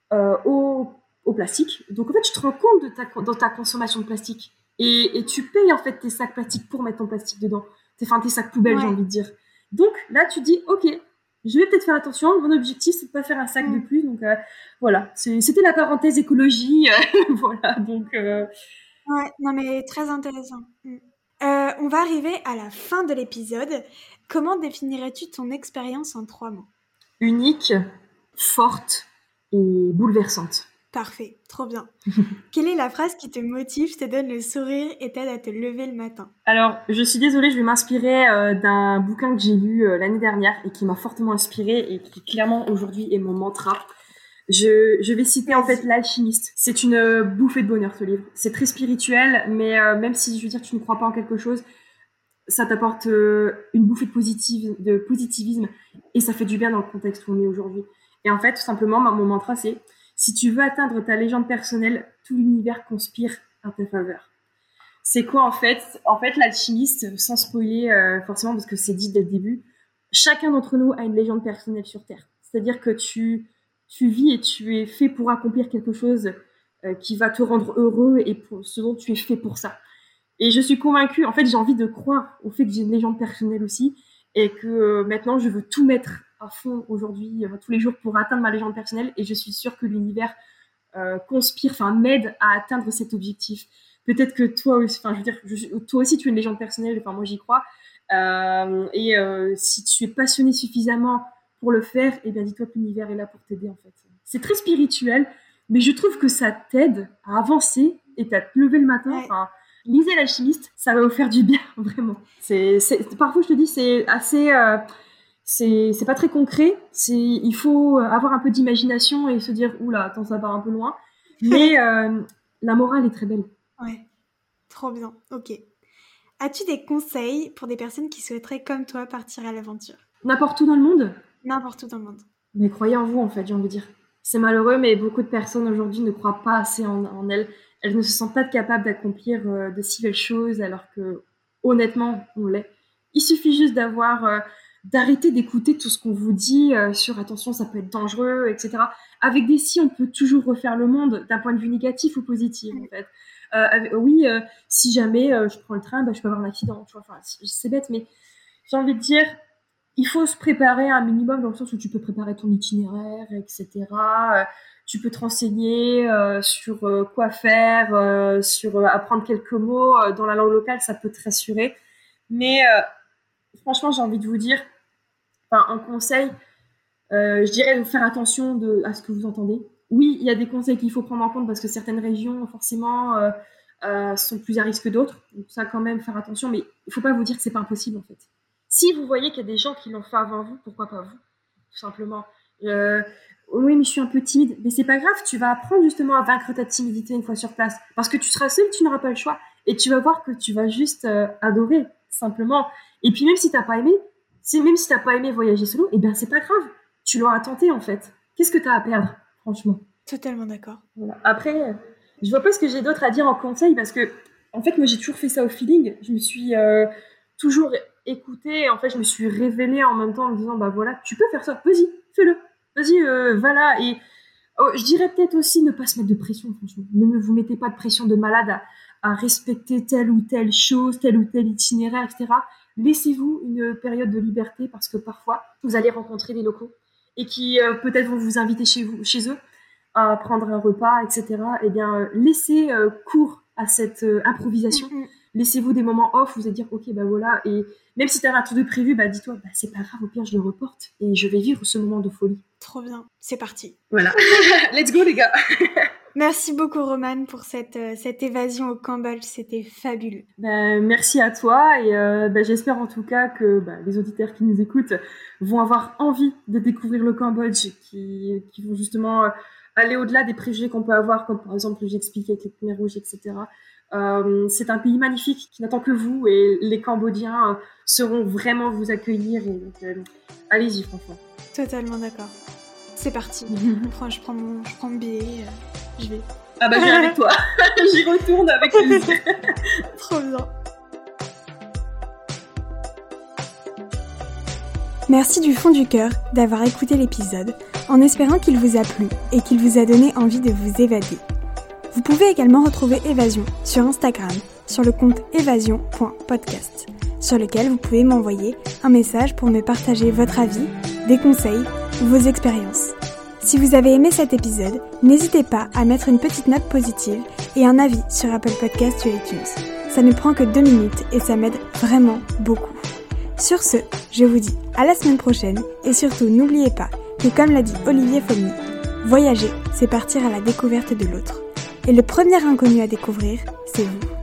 au plastique. Donc, en fait, tu te rends compte de ta consommation de plastique. Et tu payes, en fait, tes sacs plastiques pour mettre ton plastique dedans. Tes sacs poubelles, j'ai envie de dire. Donc, là, tu dis, OK, je vais peut-être faire attention. Mon objectif, c'est de pas faire un sac de plus. Donc, voilà. C'était la parenthèse écologie. Voilà. Donc, ouais, non, mais très intéressant. On va arriver à la fin de l'épisode. Comment définirais-tu ton expérience en 3 mots? Unique, forte et bouleversante. Parfait, trop bien. Quelle est la phrase qui te motive, te donne le sourire et t'aide à te lever le matin? Alors, je suis désolée, je vais m'inspirer d'un bouquin que j'ai lu l'année dernière et qui m'a fortement inspirée et qui clairement aujourd'hui est mon mantra. Je vais citer en fait L'Alchimiste. C'est une bouffée de bonheur, ce livre. C'est très spirituel, mais même si je veux dire tu ne crois pas en quelque chose, ça t'apporte une bouffée de positivisme et ça fait du bien dans le contexte où on est aujourd'hui. Et en fait, tout simplement, mon mantra, c'est si tu veux atteindre ta légende personnelle, tout l'univers conspire à ta faveur. C'est quoi en fait? En fait, L'Alchimiste, sans spoiler forcément parce que c'est dit dès le début, chacun d'entre nous a une légende personnelle sur Terre. C'est-à-dire que tu vis et tu es fait pour accomplir quelque chose qui va te rendre heureux et pour ce dont tu es fait pour ça. Et je suis convaincue, en fait, j'ai envie de croire au fait que j'ai une légende personnelle aussi et que maintenant, je veux tout mettre à fond aujourd'hui, tous les jours pour atteindre ma légende personnelle et je suis sûre que l'univers m'aide à atteindre cet objectif. Peut-être que toi aussi, toi aussi, tu es une légende personnelle, moi, j'y crois. Si tu es passionné suffisamment pour le faire, eh bien, dis-toi que l'univers est là pour t'aider, en fait. C'est très spirituel, mais je trouve que ça t'aide à avancer et à te lever le matin. Ouais. Lisez L'Alchimiste, ça va vous faire du bien, vraiment. Parfois, je te dis, c'est assez... c'est pas très concret. Il faut avoir un peu d'imagination et se dire oula, attends, ça part un peu loin. Mais la morale est très belle. Ouais, trop bien. Ok. As-tu des conseils pour des personnes qui souhaiteraient, comme toi, partir à l'aventure ? N'importe où dans le monde ? N'importe où dans le monde. Mais croyez en vous, en fait, j'ai envie de dire. C'est malheureux, mais beaucoup de personnes aujourd'hui ne croient pas assez en elles. Elles ne se sentent pas capables d'accomplir de si belles choses, alors que, honnêtement, on l'est. Il suffit juste d'arrêter d'écouter tout ce qu'on vous dit sur attention, ça peut être dangereux, etc. Avec des si, on peut toujours refaire le monde d'un point de vue négatif ou positif, en fait. Si jamais je prends le train, je peux avoir un accident. Tu vois, enfin, c'est bête, mais j'ai envie de dire, il faut se préparer un minimum dans le sens où tu peux préparer ton itinéraire, etc. Tu peux te renseigner sur quoi faire, sur apprendre quelques mots dans la langue locale, ça peut te rassurer. Mais franchement, j'ai envie de vous dire, un conseil, je dirais de faire attention à ce que vous entendez. Oui, il y a des conseils qu'il faut prendre en compte parce que certaines régions, forcément, sont plus à risque que d'autres. Donc ça, quand même, faire attention. Mais il ne faut pas vous dire que c'est pas impossible, en fait. Si vous voyez qu'il y a des gens qui l'ont fait avant vous, pourquoi pas vous ? Tout simplement. Oui, mais je suis un peu timide. Mais c'est pas grave, tu vas apprendre justement à vaincre ta timidité une fois sur place. Parce que tu seras seul, tu n'auras pas le choix. Et tu vas voir que tu vas juste adorer, simplement. Et puis même si t'as pas aimé voyager solo, eh bien c'est pas grave. Tu l'auras tenté, en fait. Qu'est-ce que t'as à perdre, franchement ? Totalement d'accord. Voilà. Après, je vois pas ce que j'ai d'autre à dire en conseil parce que, en fait, moi j'ai toujours fait ça au feeling. Je me suis toujours écoutée. En fait, je me suis révélée en même temps en me disant, voilà, tu peux faire ça. Vas-y, fais-le. Vas-y, voilà. Et je dirais peut-être aussi ne pas se mettre de pression, franchement. Ne vous mettez pas de pression de malade à respecter telle ou telle chose, tel ou tel itinéraire, etc. Laissez-vous une période de liberté parce que parfois, vous allez rencontrer des locaux et qui peut-être vont vous inviter chez eux à prendre un repas, etc. Eh bien, laissez cours à cette improvisation. Laissez-vous des moments off où vous allez dire, ok, voilà. Et même si tu as un truc de prévu, dis-toi, c'est pas grave, au pire, je le reporte et je vais vivre ce moment de folie. Trop bien, c'est parti. Voilà. Let's go, les gars. Merci beaucoup, Romane, pour cette évasion au Cambodge. C'était fabuleux. Merci à toi et j'espère en tout cas que les auditeurs qui nous écoutent vont avoir envie de découvrir le Cambodge, qui vont justement aller au-delà des préjugés qu'on peut avoir, comme par exemple, j'explique avec les Khmers rouges, etc. C'est un pays magnifique qui n'attend que vous et les Cambodgiens sauront vraiment vous accueillir. Et donc, allez-y, franchement. Totalement d'accord. C'est parti. Je prends mon billet, je vais. Je vais avec toi. J'y retourne avec plaisir. Trop bien. Merci du fond du cœur d'avoir écouté l'épisode, en espérant qu'il vous a plu et qu'il vous a donné envie de vous évader. Vous pouvez également retrouver Évasion sur Instagram, sur le compte évasion.podcast, sur lequel vous pouvez m'envoyer un message pour me partager votre avis, des conseils ou vos expériences. Si vous avez aimé cet épisode, n'hésitez pas à mettre une petite note positive et un avis sur Apple Podcasts ou iTunes. Ça ne prend que 2 minutes et ça m'aide vraiment beaucoup. Sur ce, je vous dis à la semaine prochaine et surtout n'oubliez pas que comme l'a dit Olivier Folmy, voyager, c'est partir à la découverte de l'autre. Et le premier inconnu à découvrir, c'est vous.